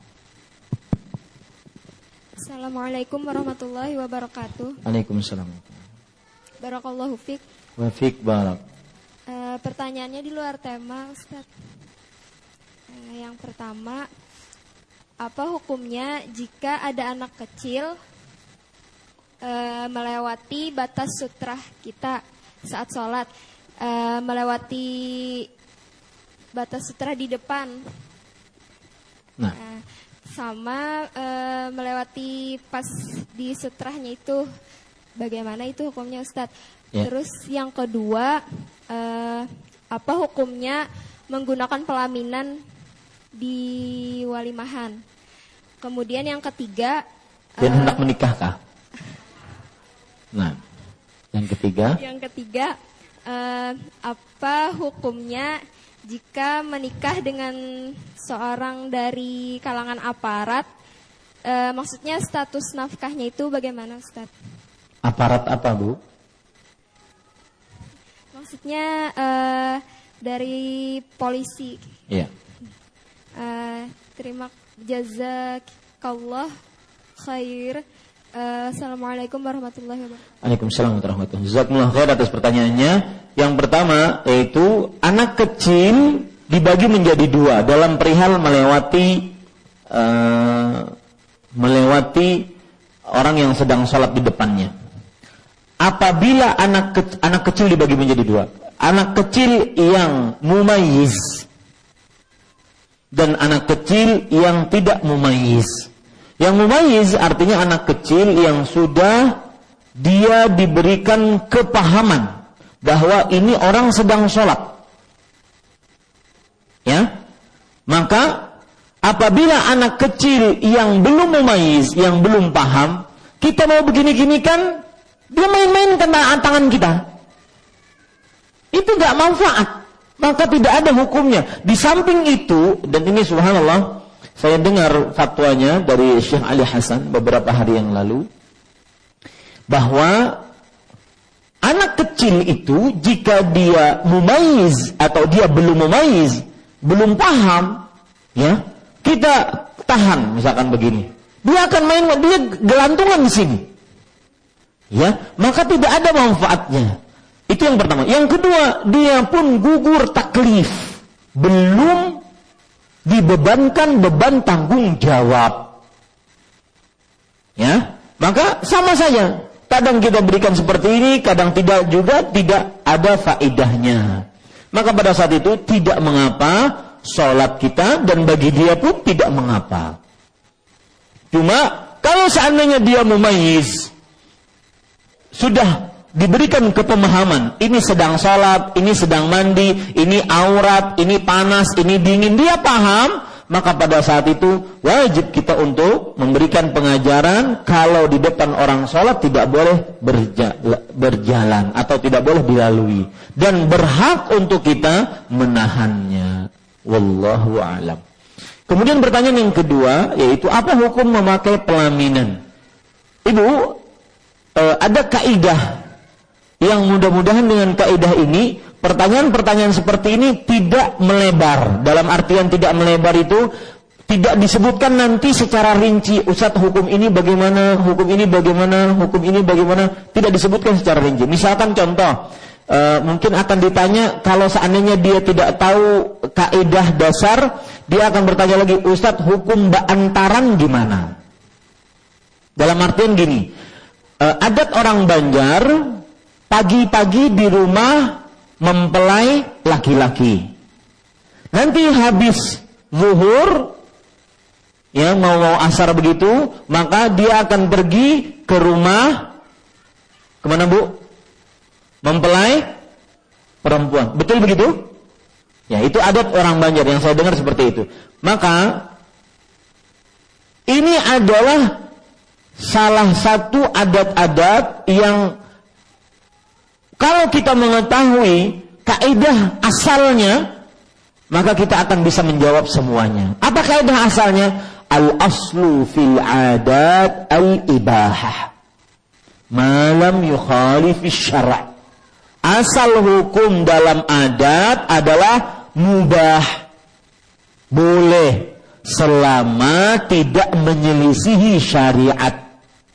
Assalamualaikum warahmatullahi wabarakatuh. Waalaikumsalam. Barakallahu fiik. Wa fiik barak. E, pertanyaannya di luar tema, Ustaz. E, yang pertama, apa hukumnya jika ada anak kecil e, melewati batas sutrah kita saat sholat, e, melewati batas sutra di depan, nah. e, sama e, melewati pas di sutrahnya itu, bagaimana itu hukumnya, Ustaz? Ya. Terus yang kedua, e, apa hukumnya menggunakan pelaminan di walimahan? Kemudian yang ketiga, dan uh, hendak menikahkah? Nah, yang ketiga, yang ketiga, uh, apa hukumnya jika menikah dengan seorang dari kalangan aparat? Uh, maksudnya status nafkahnya itu bagaimana, Ustaz? Aparat apa, Bu? Maksudnya uh, dari polisi. Iya. Uh, terima jazakallah khair. Uh, Assalamualaikum warahmatullahi wabarakatuh. Waalaikumsalam warahmatullahi wabarakatuh. Jazakumullah khair atas pertanyaannya. Yang pertama yaitu anak kecil dibagi menjadi dua dalam perihal melewati uh, melewati orang yang sedang sholat di depannya. Apabila anak ke, anak kecil dibagi menjadi dua, anak kecil yang mumayyiz dan anak kecil yang tidak mumayyiz. Yang mumayyiz artinya anak kecil yang sudah dia diberikan kepahaman bahwa ini orang sedang sholat. Ya, maka apabila anak kecil yang belum mumayyiz, yang belum paham, kita mau begini-gini kan, dia main-main kena tangan kita. Itu gak manfaat. Maka tidak ada hukumnya. Di samping itu, dan ini subhanallah, saya dengar fatwanya dari Syekh Ali Hasan beberapa hari yang lalu, bahwa anak kecil itu jika dia mumayyiz atau dia belum mumayyiz, belum paham, ya, kita tahan misalkan begini, dia akan main, dia gelantungan di sini, ya, maka tidak ada manfaatnya. Itu yang pertama. Yang kedua, dia pun gugur taklif, belum dibebankan beban tanggung jawab. Ya, maka sama saja. Kadang kita berikan seperti ini, kadang tidak, juga tidak ada faedahnya. Maka pada saat itu tidak mengapa sholat kita, dan bagi dia pun tidak mengapa. Cuma kalau seandainya dia mumayyiz, sudah diberikan kepemahaman, ini sedang sholat, ini sedang mandi, ini aurat, ini panas, ini dingin, dia paham, maka pada saat itu wajib kita untuk memberikan pengajaran kalau di depan orang sholat tidak boleh berja- berjalan atau tidak boleh dilalui, dan berhak untuk kita menahannya. Wallahu a'lam. Kemudian pertanyaan yang kedua, yaitu apa hukum memakai pelaminan? Ibu, eh, ada kaidah yang mudah-mudahan dengan kaidah ini, pertanyaan-pertanyaan seperti ini tidak melebar. Dalam artian tidak melebar itu tidak disebutkan nanti secara rinci, Ustaz hukum ini bagaimana, hukum ini bagaimana, hukum ini bagaimana, tidak disebutkan secara rinci. Misalkan contoh, e, mungkin akan ditanya, kalau seandainya dia tidak tahu kaidah dasar, dia akan bertanya lagi, Ustaz hukum beantaran gimana? Dalam artian gini, e, adat orang Banjar, pagi-pagi di rumah mempelai laki-laki. Nanti habis zuhur, ya mau-mau asar begitu, maka dia akan pergi ke rumah, kemana Bu? Mempelai perempuan. Betul begitu? Ya, itu adat orang Banjar yang saya dengar seperti itu. Maka ini adalah salah satu adat-adat yang kalau kita mengetahui kaidah asalnya, maka kita akan bisa menjawab semuanya. Apa kaidah asalnya? Al-aslu fil adat al-ibahah ma lam yukhalifi syara'. Asal hukum dalam adat adalah mubah. Boleh, selama tidak menyelisihi syariat.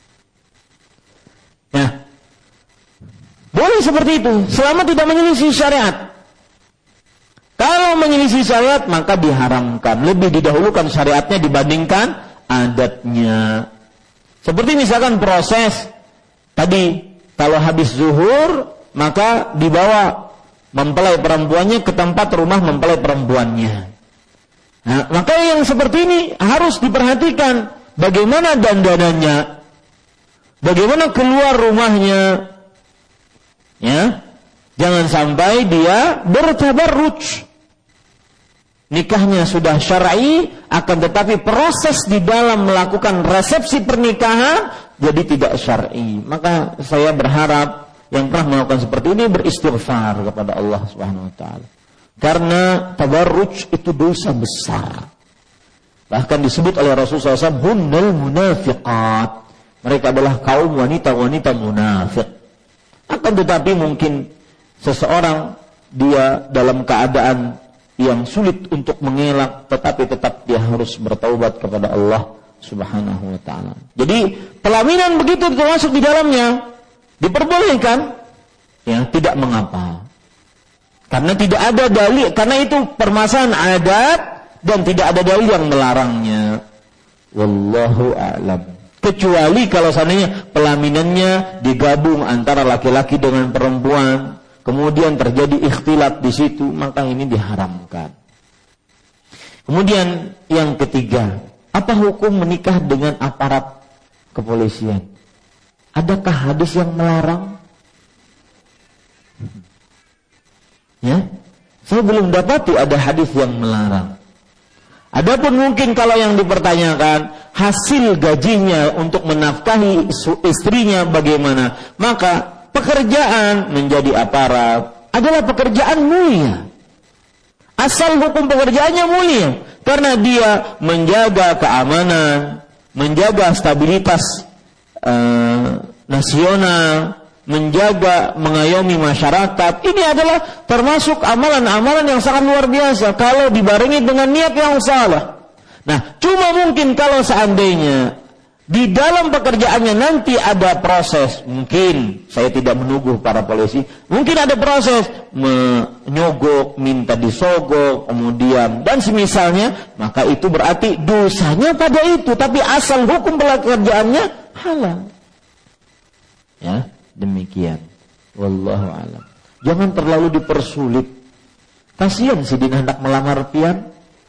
Nah, boleh seperti itu, selama tidak menyelisih syariat. Kalau menyelisih syariat, maka diharamkan. Lebih didahulukan syariatnya dibandingkan adatnya. Seperti misalkan proses tadi, kalau habis zuhur, maka dibawa mempelai perempuannya ke tempat rumah mempelai perempuannya. Nah, maka yang seperti ini harus diperhatikan. Bagaimana dandanannya, bagaimana keluar rumahnya, ya, jangan sampai dia bertabarruj. Nikahnya sudah syar'i, akan tetapi proses di dalam melakukan resepsi pernikahan jadi tidak syar'i. Maka saya berharap yang pernah melakukan seperti ini beristighfar kepada Allah Subhanahu wa taala. Karena tabarruj itu dosa besar. Bahkan disebut oleh Rasulullah shallallahu alaihi wasallam hunnal munafiqat. Mereka adalah kaum wanita-wanita munafik. Akan tetapi mungkin seseorang dia dalam keadaan yang sulit untuk mengelak, tetapi tetap dia harus bertaubat kepada Allah Subhanahu wa taala. Jadi pelaminan begitu termasuk di dalamnya diperbolehkan, ya, tidak mengapa. Karena tidak ada dalil, karena itu permasalahan adat dan tidak ada dalil yang melarangnya. Wallahu a'lam. Kecuali kalau seandainya pelaminannya digabung antara laki-laki dengan perempuan, kemudian terjadi ikhtilat di situ, maka ini diharamkan. Kemudian yang ketiga, apa hukum menikah dengan aparat kepolisian? Adakah hadis yang melarang? Ya, saya belum dapati ada hadis yang melarang. Adapun mungkin kalau yang dipertanyakan hasil gajinya untuk menafkahi istrinya bagaimana, maka pekerjaan menjadi aparat adalah pekerjaan mulia. Asal hukum pekerjaannya mulia, karena dia menjaga keamanan, menjaga stabilitas uh, nasional, menjaga, mengayomi masyarakat. Ini adalah termasuk amalan-amalan yang sangat luar biasa kalau dibarengi dengan niat yang salah. Nah, cuma mungkin kalau seandainya di dalam pekerjaannya nanti ada proses, mungkin saya tidak menuduh para polisi, mungkin ada proses menyogok, minta disogok, kemudian dan semisalnya, maka itu berarti dosanya pada itu, tapi asal hukum pekerjaannya halal. Ya, demikian. Wallahu a'lam. Jangan terlalu dipersulit. Kasihan si Din hendak melamar pian.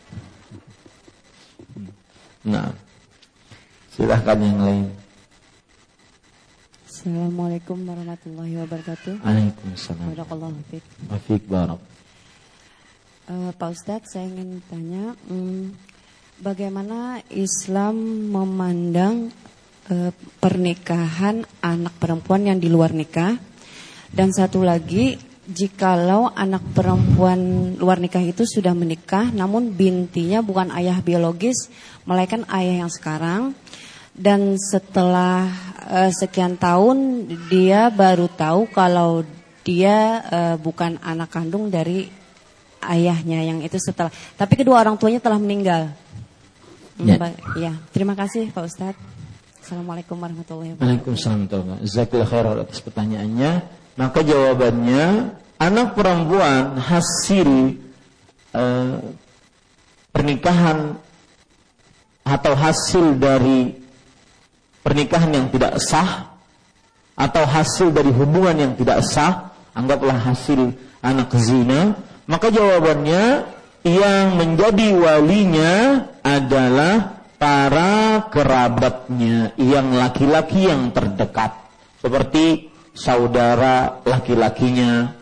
Nah, silahkan yang lain. Assalamualaikum warahmatullahi wabarakatuh. Waalaikumsalam. Barakallahu fiik. Wa fiik barak. Uh, Pak Ustadz, saya ingin tanya, hmm, bagaimana Islam memandang uh, pernikahan anak perempuan yang di luar nikah? Dan satu lagi, jikalau anak perempuan luar nikah itu sudah menikah, namun bintinya bukan ayah biologis, melainkan ayah yang sekarang, dan setelah uh, sekian tahun dia baru tahu kalau dia uh, bukan anak kandung dari ayahnya yang itu setelah, tapi kedua orang tuanya telah meninggal. Ya, ya. Terima kasih Pak Ustadz. Assalamualaikum warahmatullahi wabarakatuh. Waalaikumsalam. Jazakallahu khairan atas pertanyaannya. Maka jawabannya, anak perempuan hasil uh, pernikahan atau hasil dari pernikahan yang tidak sah atau hasil dari hubungan yang tidak sah, anggaplah hasil anak zina, maka jawabannya yang menjadi walinya adalah para kerabatnya yang laki-laki yang terdekat, seperti saudara laki-lakinya.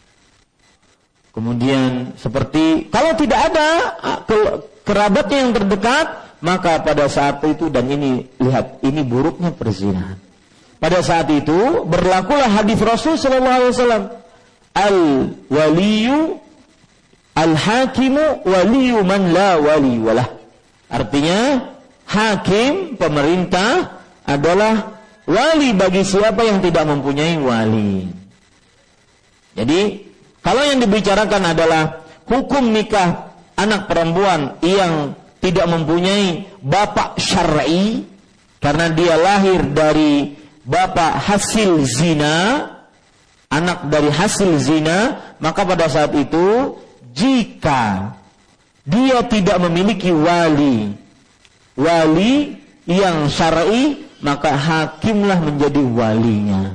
Kemudian seperti kalau tidak ada kerabatnya yang terdekat, maka pada saat itu, dan ini lihat, ini buruknya perzinahan. Pada saat itu berlakulah hadis Rasul sallallahu alaihi wasallam, al waliyu al hakimu waliyu man la wali walah. Artinya hakim, pemerintah adalah wali bagi siapa yang tidak mempunyai wali. Jadi kalau yang dibicarakan adalah hukum nikah anak perempuan yang tidak mempunyai bapak syar'i karena dia lahir dari bapak hasil zina, anak dari hasil zina, maka pada saat itu jika dia tidak memiliki wali, wali yang syar'i, maka hakimlah menjadi walinya.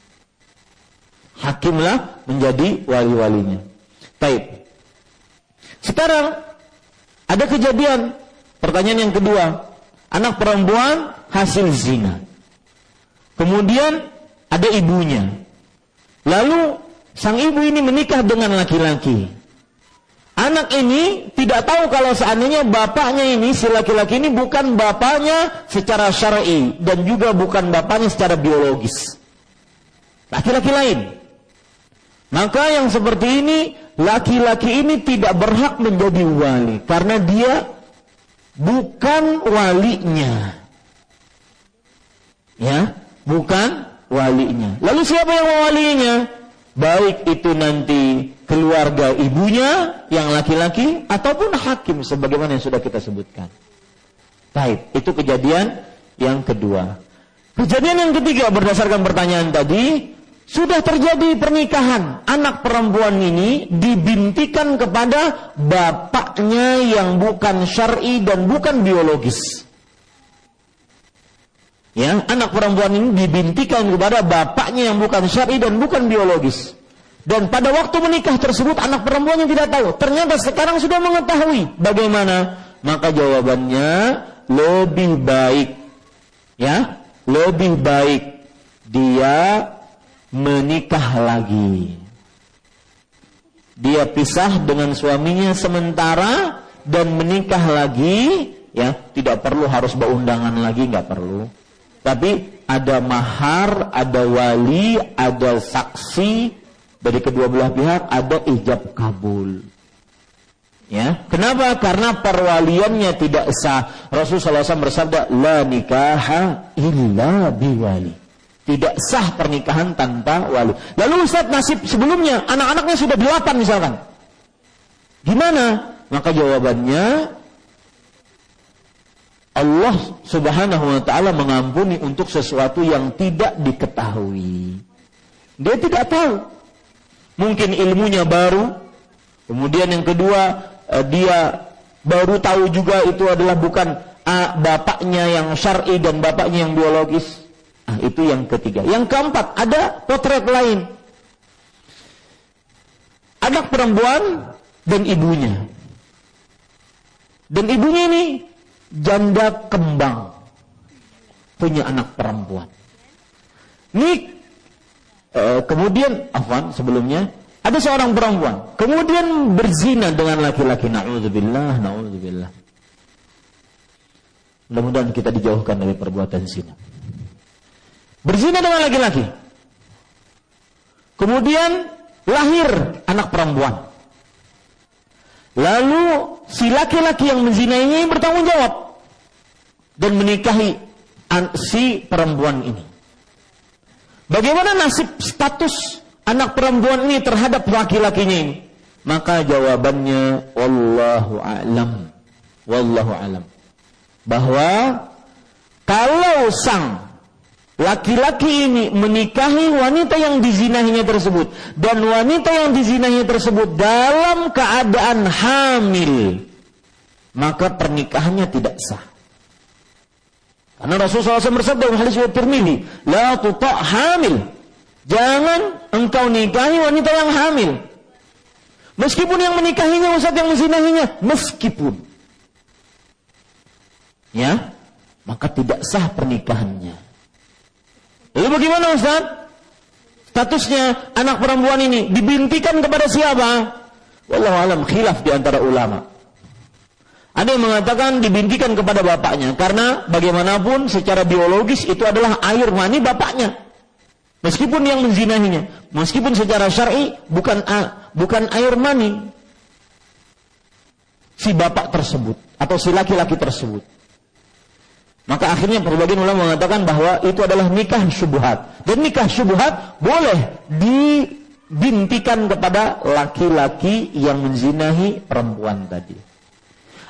Hakimlah menjadi wali-walinya. Baik. Sekarang ada kejadian, pertanyaan yang kedua, anak perempuan hasil zina. Kemudian ada ibunya. Lalu sang ibu ini menikah dengan laki-laki. Anak ini tidak tahu kalau seandainya bapaknya ini, si laki-laki ini bukan bapaknya secara syar'i dan juga bukan bapaknya secara biologis. Laki-laki lain. Maka yang seperti ini, laki-laki ini tidak berhak menjadi wali karena dia bukan walinya. Ya, bukan walinya. Lalu siapa yang mewalinya? Baik itu nanti keluarga ibunya yang laki-laki ataupun hakim sebagaimana yang sudah kita sebutkan. Baik, itu kejadian yang kedua. Kejadian yang ketiga berdasarkan pertanyaan tadi, sudah terjadi pernikahan. Anak perempuan ini dibintikan kepada bapaknya yang bukan syar'i dan bukan biologis. Ya, anak perempuan ini dibintikan kepada bapaknya yang bukan syar'i dan bukan biologis. Dan pada waktu menikah tersebut anak perempuannya tidak tahu. Ternyata sekarang sudah mengetahui. Bagaimana? Maka jawabannya lebih baik, ya, lebih baik dia menikah lagi. Dia pisah dengan suaminya sementara dan menikah lagi, ya, tidak perlu harus berundangan lagi, nggak perlu. Tapi ada mahar, ada wali, ada saksi dari kedua belah pihak, ada ijab kabul. Ya, kenapa? Karena perwaliannya tidak sah. Rasulullah shallallahu alaihi wasallam bersabda, la nikaha illa biwali. Tidak sah pernikahan tanpa wali. Lalu Ustaz, nasib sebelumnya anak-anaknya sudah delapan misalkan, gimana? Maka jawabannya, Allah subhanahu wa ta'ala mengampuni untuk sesuatu yang tidak diketahui. Dia tidak tahu. Mungkin ilmunya baru. Kemudian yang kedua, dia baru tahu juga itu adalah bukan ah, bapaknya yang syar'i dan bapaknya yang biologis. Ah, itu yang ketiga. Yang keempat, ada potret lain. Anak perempuan dan ibunya. Dan ibunya ini janda kembang, punya anak perempuan. Ini eh, kemudian, afwan sebelumnya, ada seorang perempuan, kemudian berzina dengan laki-laki. Na'udzubillah, na'udzubillah. Mudah-mudahan kita dijauhkan dari perbuatan zina. Berzina dengan laki-laki. Kemudian lahir anak perempuan. Lalu si laki-laki yang menzinainya bertanggung jawab dan menikahi si perempuan ini. Bagaimana nasib status anak perempuan ini terhadap laki-lakinya ini? Maka jawabannya wallahu a'lam. Wallahu a'lam. Bahwa kalau sang laki-laki ini menikahi wanita yang dizinahinya tersebut dan wanita yang dizinahinya tersebut dalam keadaan hamil, maka pernikahannya tidak sah. Karena Rasulullah shallallahu alaihi wasallam bersabda dalam hadis riwayat Tirmidzi, la tuta' hamil. Jangan engkau nikahi wanita yang hamil. Meskipun yang menikahinya Ustaz yang menzinahinya, meskipun. Ya, maka tidak sah pernikahannya. Lalu bagaimana Ustaz? Statusnya anak perempuan ini dibintikan kepada siapa? Wallahu alam, khilaf di antara ulama. Ada yang mengatakan dibintikan kepada bapaknya karena bagaimanapun secara biologis itu adalah air mani bapaknya. Meskipun yang menzinahinya, meskipun secara syar'i bukan a, bukan air mani si bapak tersebut atau si laki-laki tersebut. Maka akhirnya berbagai ulama mengatakan bahwa itu adalah nikah syubhat. Dan nikah syubhat boleh dibintikan kepada laki-laki yang menzinahi perempuan tadi.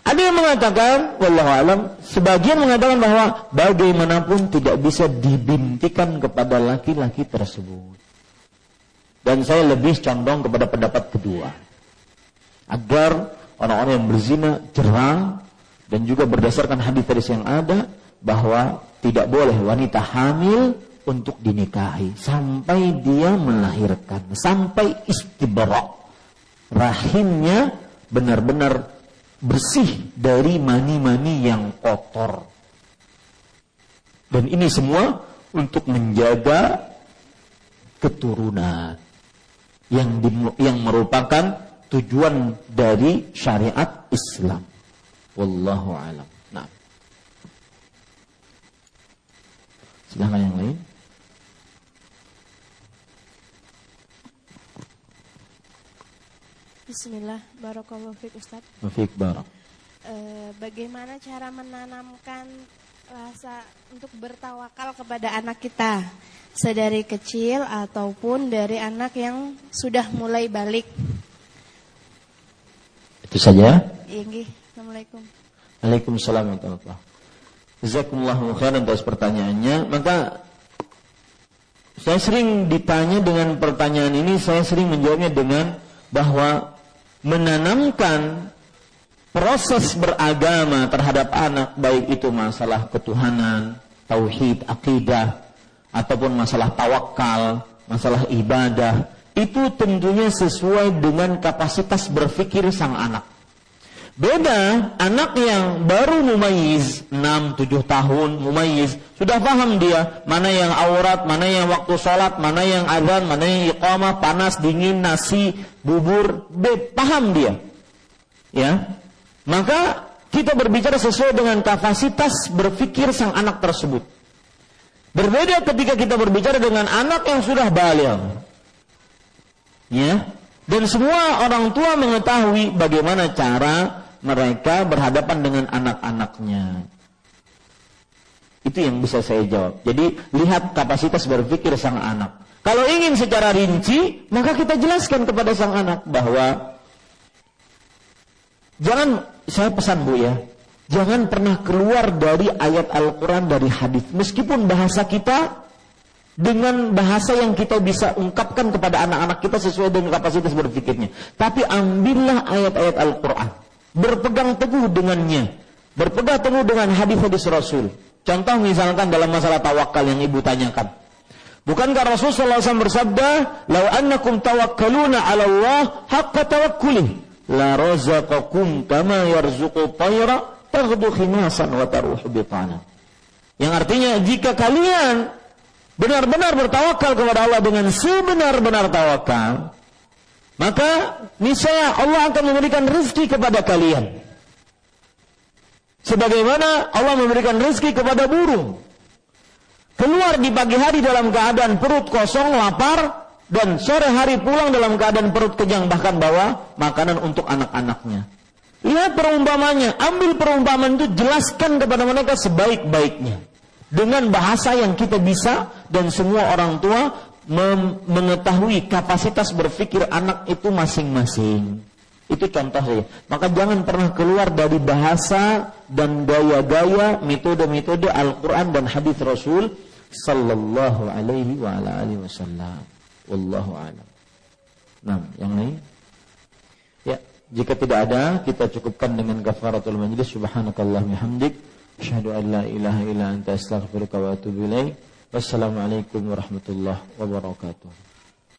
Ada yang mengatakan, wallahu alam, sebagian mengatakan bahwa bagaimanapun tidak bisa dibintikan kepada laki-laki tersebut. Dan saya lebih condong kepada pendapat kedua. Agar orang-orang yang berzina jera, dan juga berdasarkan hadis-hadis yang ada, bahwa tidak boleh wanita hamil untuk dinikahi sampai dia melahirkan, sampai istibra, rahimnya benar-benar bersih dari mani-mani yang kotor. Dan ini semua untuk menjaga keturunan yang di, yang merupakan tujuan dari syariat Islam. Wallahu a'lam. Nah, silakan yang lain. Bismillah, barakallahu fiik Ustaz. Fiik barak. E, bagaimana cara menanamkan rasa untuk bertawakal kepada anak kita sedari kecil ataupun dari anak yang sudah mulai balik? Itu saja. Iya, nggih. Assalamualaikum. Waalaikumsalam warahmatullahi wabarakatuh. Jazakumullahu khairan atas pertanyaannya. Maka saya sering ditanya dengan pertanyaan ini, saya sering menjawabnya dengan bahwa menanamkan proses beragama terhadap anak, baik itu masalah ketuhanan, tauhid, akidah, ataupun masalah tawakal, masalah ibadah, itu tentunya sesuai dengan kapasitas berpikir sang anak. Beda anak yang baru mumayyiz, enam tujuh tahun mumayyiz, sudah paham dia mana yang aurat, mana yang waktu sholat, mana yang azan, mana yang iqamah, panas, dingin, nasi, bubur, be, paham dia. Ya. Maka kita berbicara sesuai dengan kapasitas berpikir sang anak tersebut. Berbeda ketika kita berbicara dengan anak yang sudah baligh. Ya. Dan semua orang tua mengetahui bagaimana cara mereka berhadapan dengan anak-anaknya. Itu yang bisa saya jawab. Jadi lihat kapasitas berpikir sang anak. Kalau ingin secara rinci, maka kita jelaskan kepada sang anak bahwa jangan, saya pesan Bu ya, jangan pernah keluar dari ayat Al-Quran, dari hadis. Meskipun bahasa kita dengan bahasa yang kita bisa ungkapkan kepada anak-anak kita sesuai dengan kapasitas berpikirnya. Tapi ambillah ayat-ayat Al-Quran, berpegang teguh dengannya, berpegang teguh dengan hadis-hadis Rasul. Contoh misalkan dalam masalah tawakal yang ibu tanyakan. Bukankah Rasul sallallahu alaihi wasallam bersabda, "Lau annakum tawakkaluna 'ala Allah haqqa tawakkulih, la razaqakum kama yarzuqu tayra taghdu khimasan wa taruhu bitana." Yang artinya jika kalian benar-benar bertawakal kepada Allah dengan sebenar-benar tawakal, maka niscaya Allah akan memberikan rezeki kepada kalian. Sebagaimana Allah memberikan rezeki kepada burung. Keluar di pagi hari dalam keadaan perut kosong, lapar, dan sore hari pulang dalam keadaan perut kenyang, bahkan bawa makanan untuk anak-anaknya. Lihat perumpamannya, ambil perumpamaan itu, jelaskan kepada mereka sebaik-baiknya. Dengan bahasa yang kita bisa, dan semua orang tua mem- mengetahui kapasitas berpikir anak itu masing-masing. Itu contoh saja. Maka jangan pernah keluar dari bahasa dan gaya-gaya, metode-metode Al-Quran dan hadis Rasul sallallahu alaihi wa ala alihi wasallam. Wallahu a'lam. Nah, yang lain? Ya, jika tidak ada, kita cukupkan dengan kafaratul majlis. Subhanakallahumma hamdik, asyhadu an la ilaha illa anta astaghfiruka wa atubu ilaik. Wassalamualaikum warahmatullahi wabarakatuh.